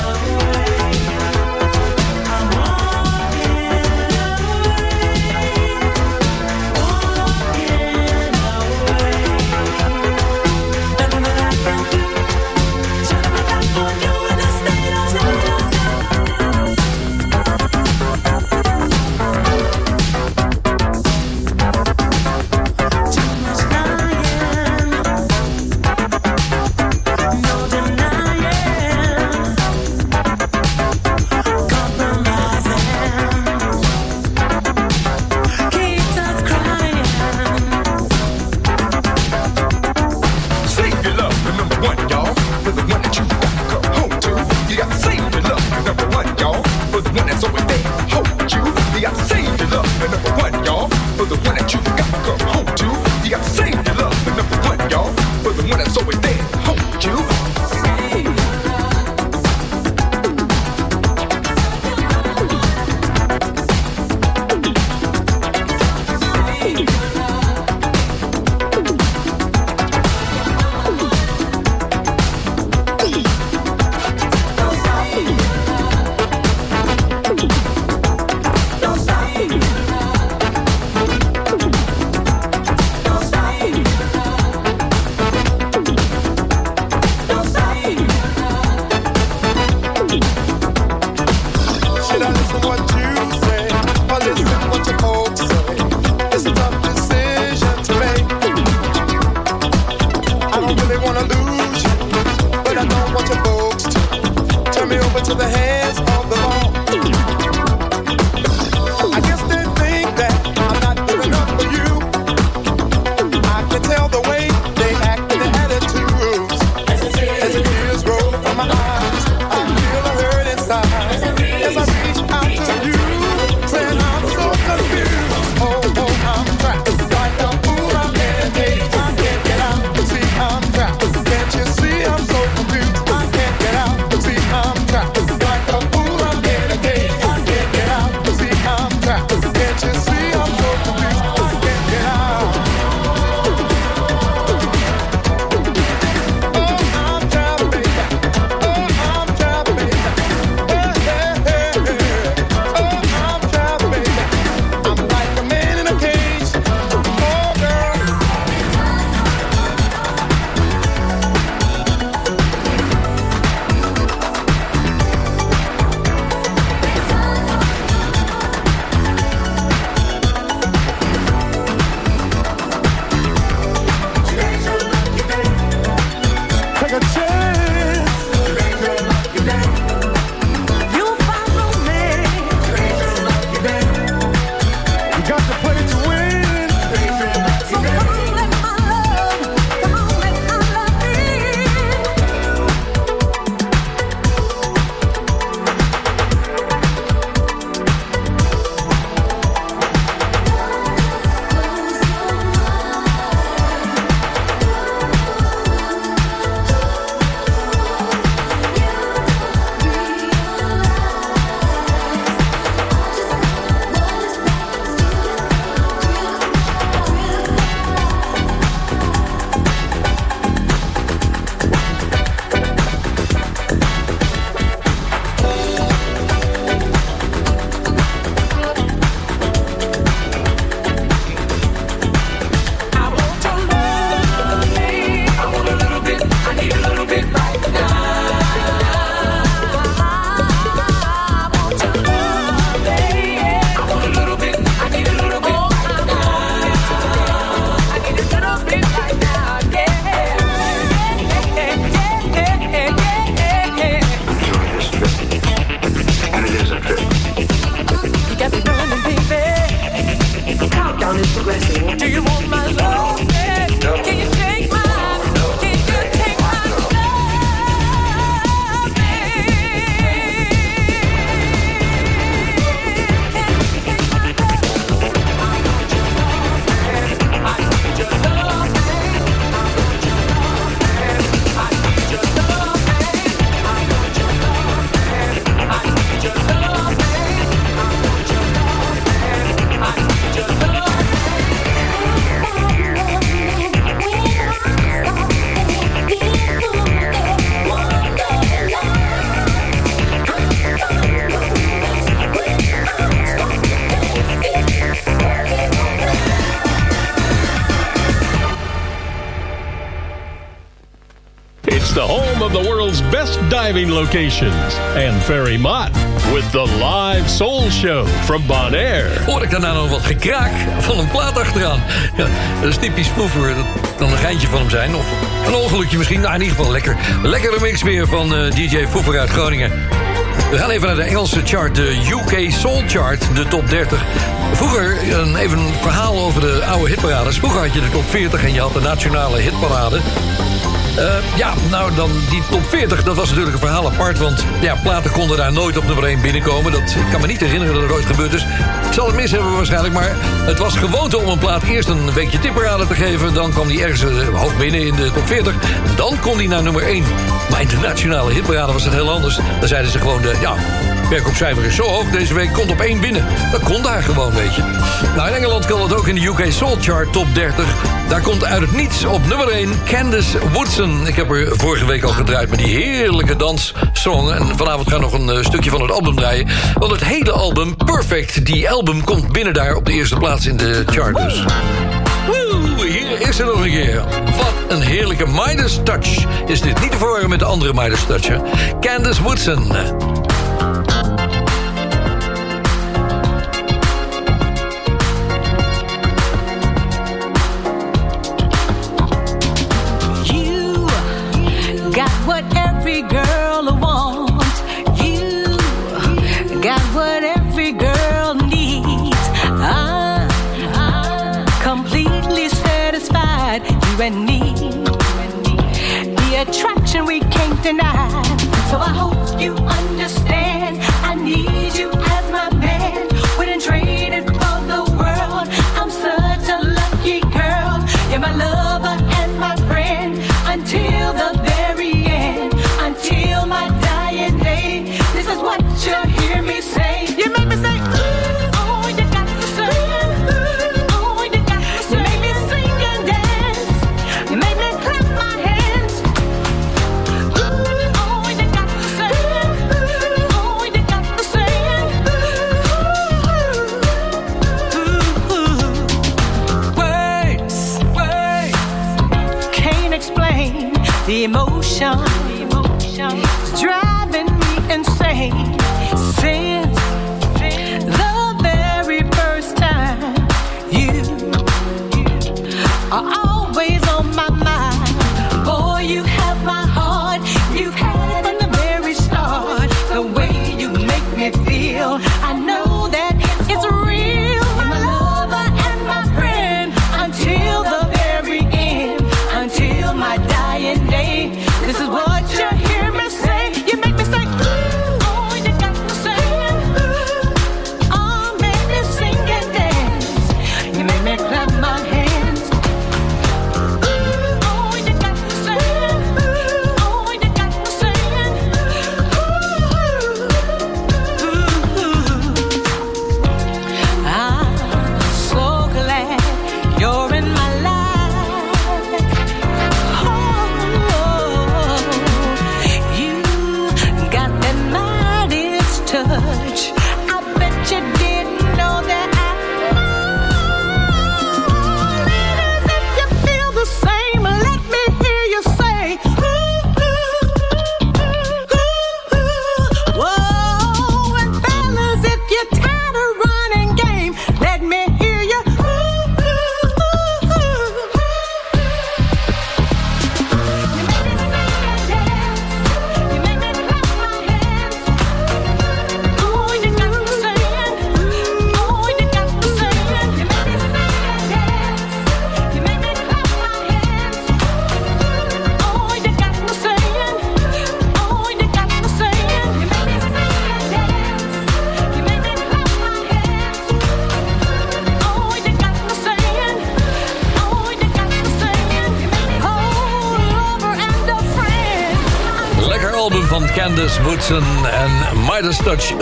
S13: sound is progressing.
S12: Do you want my love? No. Can you take my? Can you take my love?
S1: It's the home of the world's best diving locations. And Ferry Mott with the live soul show from Bonaire.
S4: Hoor ik daarna nog wat gekraak van een plaat achteraan. Ja, dat is typisch Foever. Dat kan een geintje van hem zijn. Of een ongelukje misschien. Nou, in ieder geval lekker. Lekkere mix weer van DJ Foever uit Groningen. We gaan even naar de Engelse chart. De UK Soul Chart. De top 30. Vroeger, even een verhaal over de oude hitparades. Vroeger had je de top 40 en je had de nationale hitparade. Ja, nou dan die top 40, dat was natuurlijk een verhaal apart. Want ja, platen konden daar nooit op nummer 1 binnenkomen. Dat ik kan me niet herinneren dat er ooit gebeurd is. Ik zal het mis hebben waarschijnlijk, maar het was gewoonte om een plaat eerst een weekje tipparade te geven. Dan kwam die ergens hoog binnen in de top 40. En dan kon die naar nummer 1. Maar in de nationale hitparade was het heel anders. Dan zeiden ze gewoon, verkoopcijfer is zo hoog deze week, komt op 1 binnen. Dat kon daar gewoon, weet je. Nou, in Engeland kan het ook in de UK Soul Chart top 30. Daar komt uit het niets op nummer 1 Candice Woodson. Ik heb er vorige week al gedraaid met die heerlijke danssong. En vanavond gaan we nog een stukje van het album draaien. Want het hele album, Perfect, die album komt binnen daar op de eerste plaats in de chart dus. Woe, hier is er nog een keer. Wat een heerlijke Midas Touch. Is dit niet te verwarren met de andere Midas Touch, hè? Candice Woodson.
S12: Girl wants you, got what every girl needs. I'm completely satisfied, you and me. The attraction we can't deny. So I hope you understand. I need you as my man. Wouldn't trade it for the world. I'm such a lucky girl. You're my lover and my friend until the very end. Until my dying day, this is what you hear me say. You make me say, ooh, oh, you got to say, ooh, oh, you got to say. You make me sing and dance, you make me clap my hands. Ooh, oh, you got to say, ooh, oh, you got to say, ooh. Words can't explain the emotion. Driving me insane since the very first time. You are always on my mind. Boy, you have my heart. You've had it from the very start. The way you make me feel, I know that it's real. You're my lover and my friend until the very end, until my dying day. This is what you hear me say. You make me say, ooh, oh, you got to say,
S4: Candace Woodson en Midas Touch.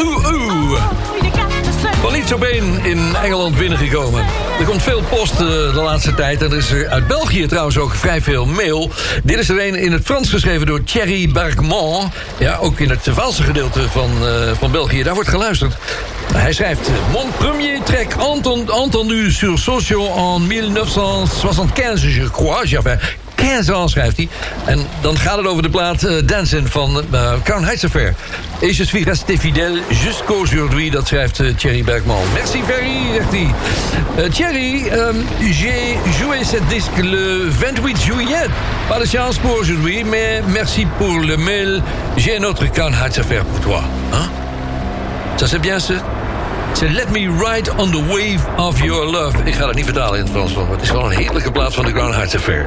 S4: Van niets op één in Engeland binnengekomen. Er komt veel post de laatste tijd. En er is er uit België trouwens ook vrij veel mail. Dit is er een in het Frans geschreven door Thierry Bergman. Ja, ook in het Waalse gedeelte van België. Daar wordt geluisterd. Hij schrijft... Mon premier trek entendu sur Socio en 1975, je crois. J'avais 15 ans, schrijft hij. En dan gaat het over de plaat Dancing van Crown Heights Affair. Et je suis resté fidèle jusqu'aujourd'hui, dat schrijft Thierry Bergman. Merci Ferry, zegt hij. Thierry, j'ai joué cette disque le 28 juillet. Pas de chance pour aujourd'hui, mais merci pour le mail. J'ai une autre Crown Heights Affair pour toi. Hein? Ça c'est bien, ce? C'est Let Me Ride on the Wave of Your Love. Ik ga dat niet vertalen in het Frans, maar het is gewoon een heerlijke plaats van de Crown Heights Affair.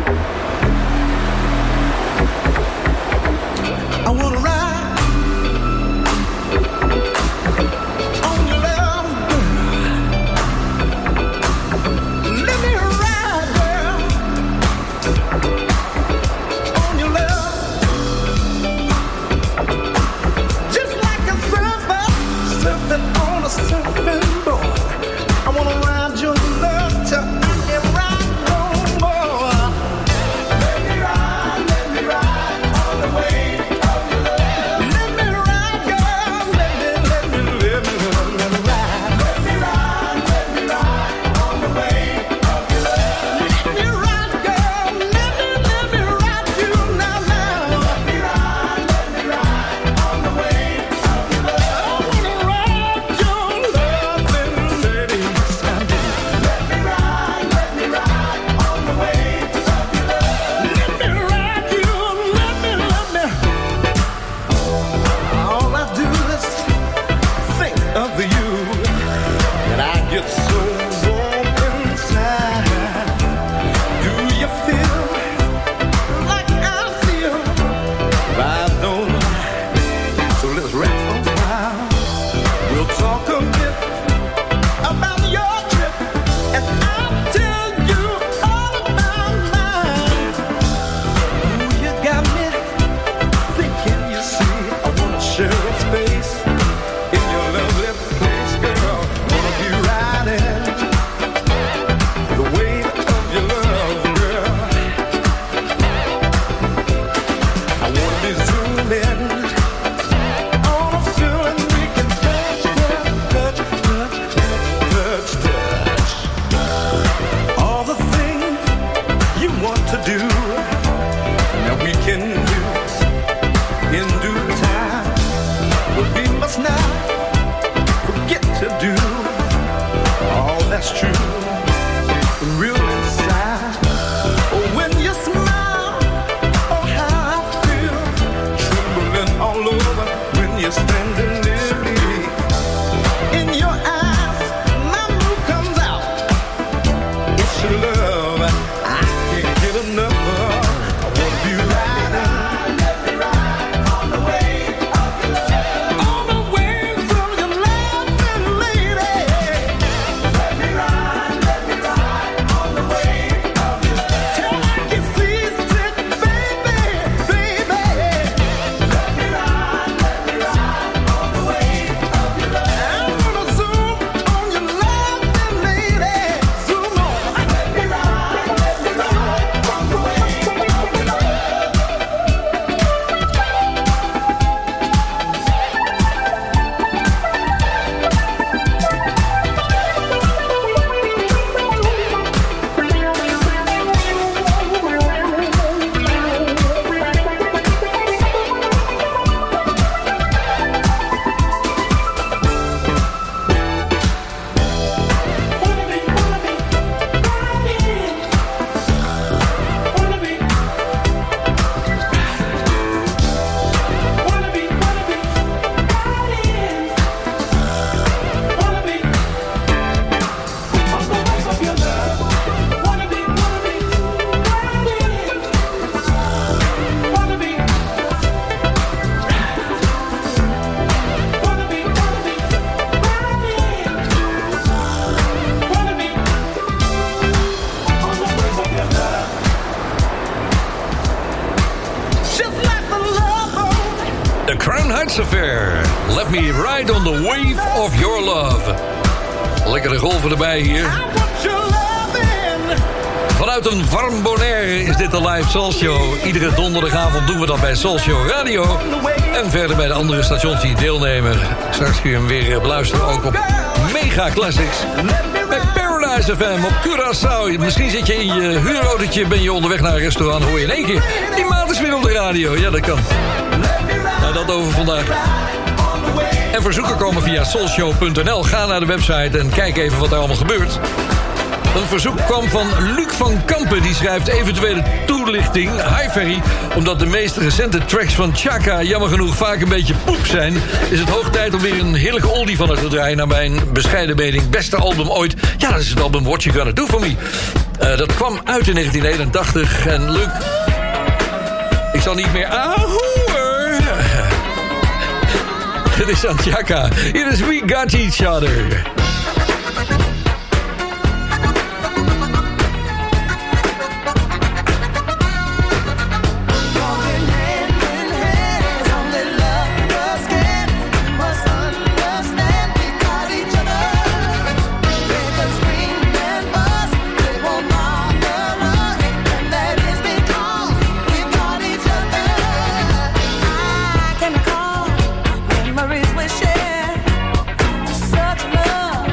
S8: I wanna ride on your love, let me ride, girl, on your love, just like a surfer surfing on a surfing board. I wanna ride your love till I can ride no more. Let me ride on the wave. Ride.
S4: Lance Affair. Let me ride on the wave of your love. Lekkere golven erbij hier. Vanuit een warm Bonaire is dit de live Soul Show. Iedere donderdagavond doen we dat bij Soul Show Radio. En verder bij de andere stations die deelnemen. Straks kun je hem weer beluisteren ook op Mega Classics. Bij Paradise FM op Curaçao. Misschien zit je in je huurautootje, ben je onderweg naar een restaurant, hoor je in één keer die maat is weer op de radio. Ja, dat kan. Nou, dat over vandaag. En verzoeken komen via soulshow.nl. Ga naar de website en kijk even wat er allemaal gebeurt. Een verzoek kwam van Luc van Kampen. Die schrijft eventuele toelichting. Hi Ferry, omdat de meest recente tracks van Chaka jammer genoeg vaak een beetje poep zijn, is het hoog tijd om weer een heerlijke oldie van het te draaien. Naar mijn bescheiden mening beste album ooit. Ja, dat is het album What You Gonna Do For Me. Dat kwam uit in 1981. En Luc, ik zal niet meer ahoer. Het is aan Chaka. Hier is We Got Each Other.
S2: Memories we share, such love.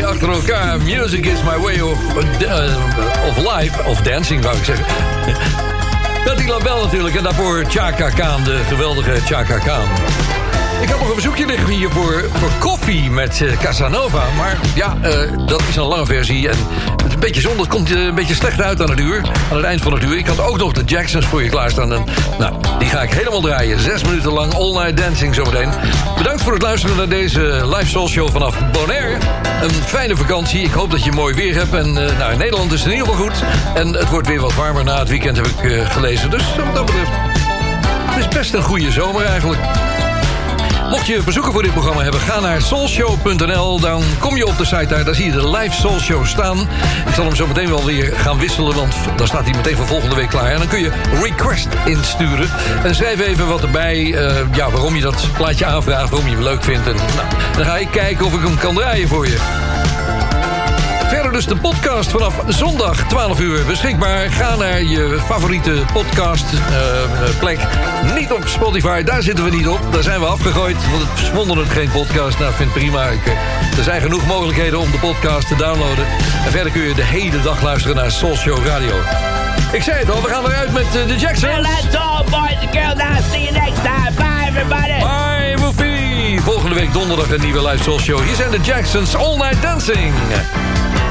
S4: achter elkaar. Music is my way of life. Of dancing, wou ik zeggen. Patti LaBelle natuurlijk. En daarvoor Chaka Khan, de geweldige Chaka Khan. Ik had nog een verzoekje liggen hier voor koffie met Casanova. Maar ja, dat is een lange versie. En het is een beetje zonde. Het komt een beetje slecht uit aan het eind van het uur. Ik had ook nog de Jacksons voor je klaarstaan. En, nou, die ga ik helemaal draaien. 6 minuten lang All Night Dancing zometeen. Bedankt voor het luisteren naar deze live soul show vanaf Bonaire. Een fijne vakantie. Ik hoop dat je mooi weer hebt. En nou, in Nederland is het in ieder geval goed. En het wordt weer wat warmer na het weekend, heb ik gelezen. Dus wat dat betreft, het is best een goede zomer eigenlijk. Mocht je verzoeken voor dit programma hebben, ga naar soulshow.nl. Dan kom je op de site daar zie je de live Soul Show staan. Ik zal hem zo meteen wel weer gaan wisselen, want dan staat hij meteen voor volgende week klaar. En dan kun je request insturen. En schrijf even wat erbij, waarom je dat plaatje aanvraagt, waarom je hem leuk vindt. En nou, dan ga ik kijken of ik hem kan draaien voor je. Verder dus de podcast vanaf zondag 12 uur beschikbaar. Ga naar je favoriete podcastplek. Niet op Spotify, daar zitten we niet op. Daar zijn we afgegooid, want het vonden het geen podcast. Nou, vind het prima. Er zijn genoeg mogelijkheden om de podcast te downloaden. En verder kun je de hele dag luisteren naar Soul Show Radio. Ik zei het al, we gaan eruit met de Jacksons.
S3: Well, that's all, boys and girls. I'll see you next time. Bye, everybody.
S4: Bye, Woofie. Volgende week donderdag een nieuwe live Soul Show. Hier zijn de Jacksons All Night Dancing.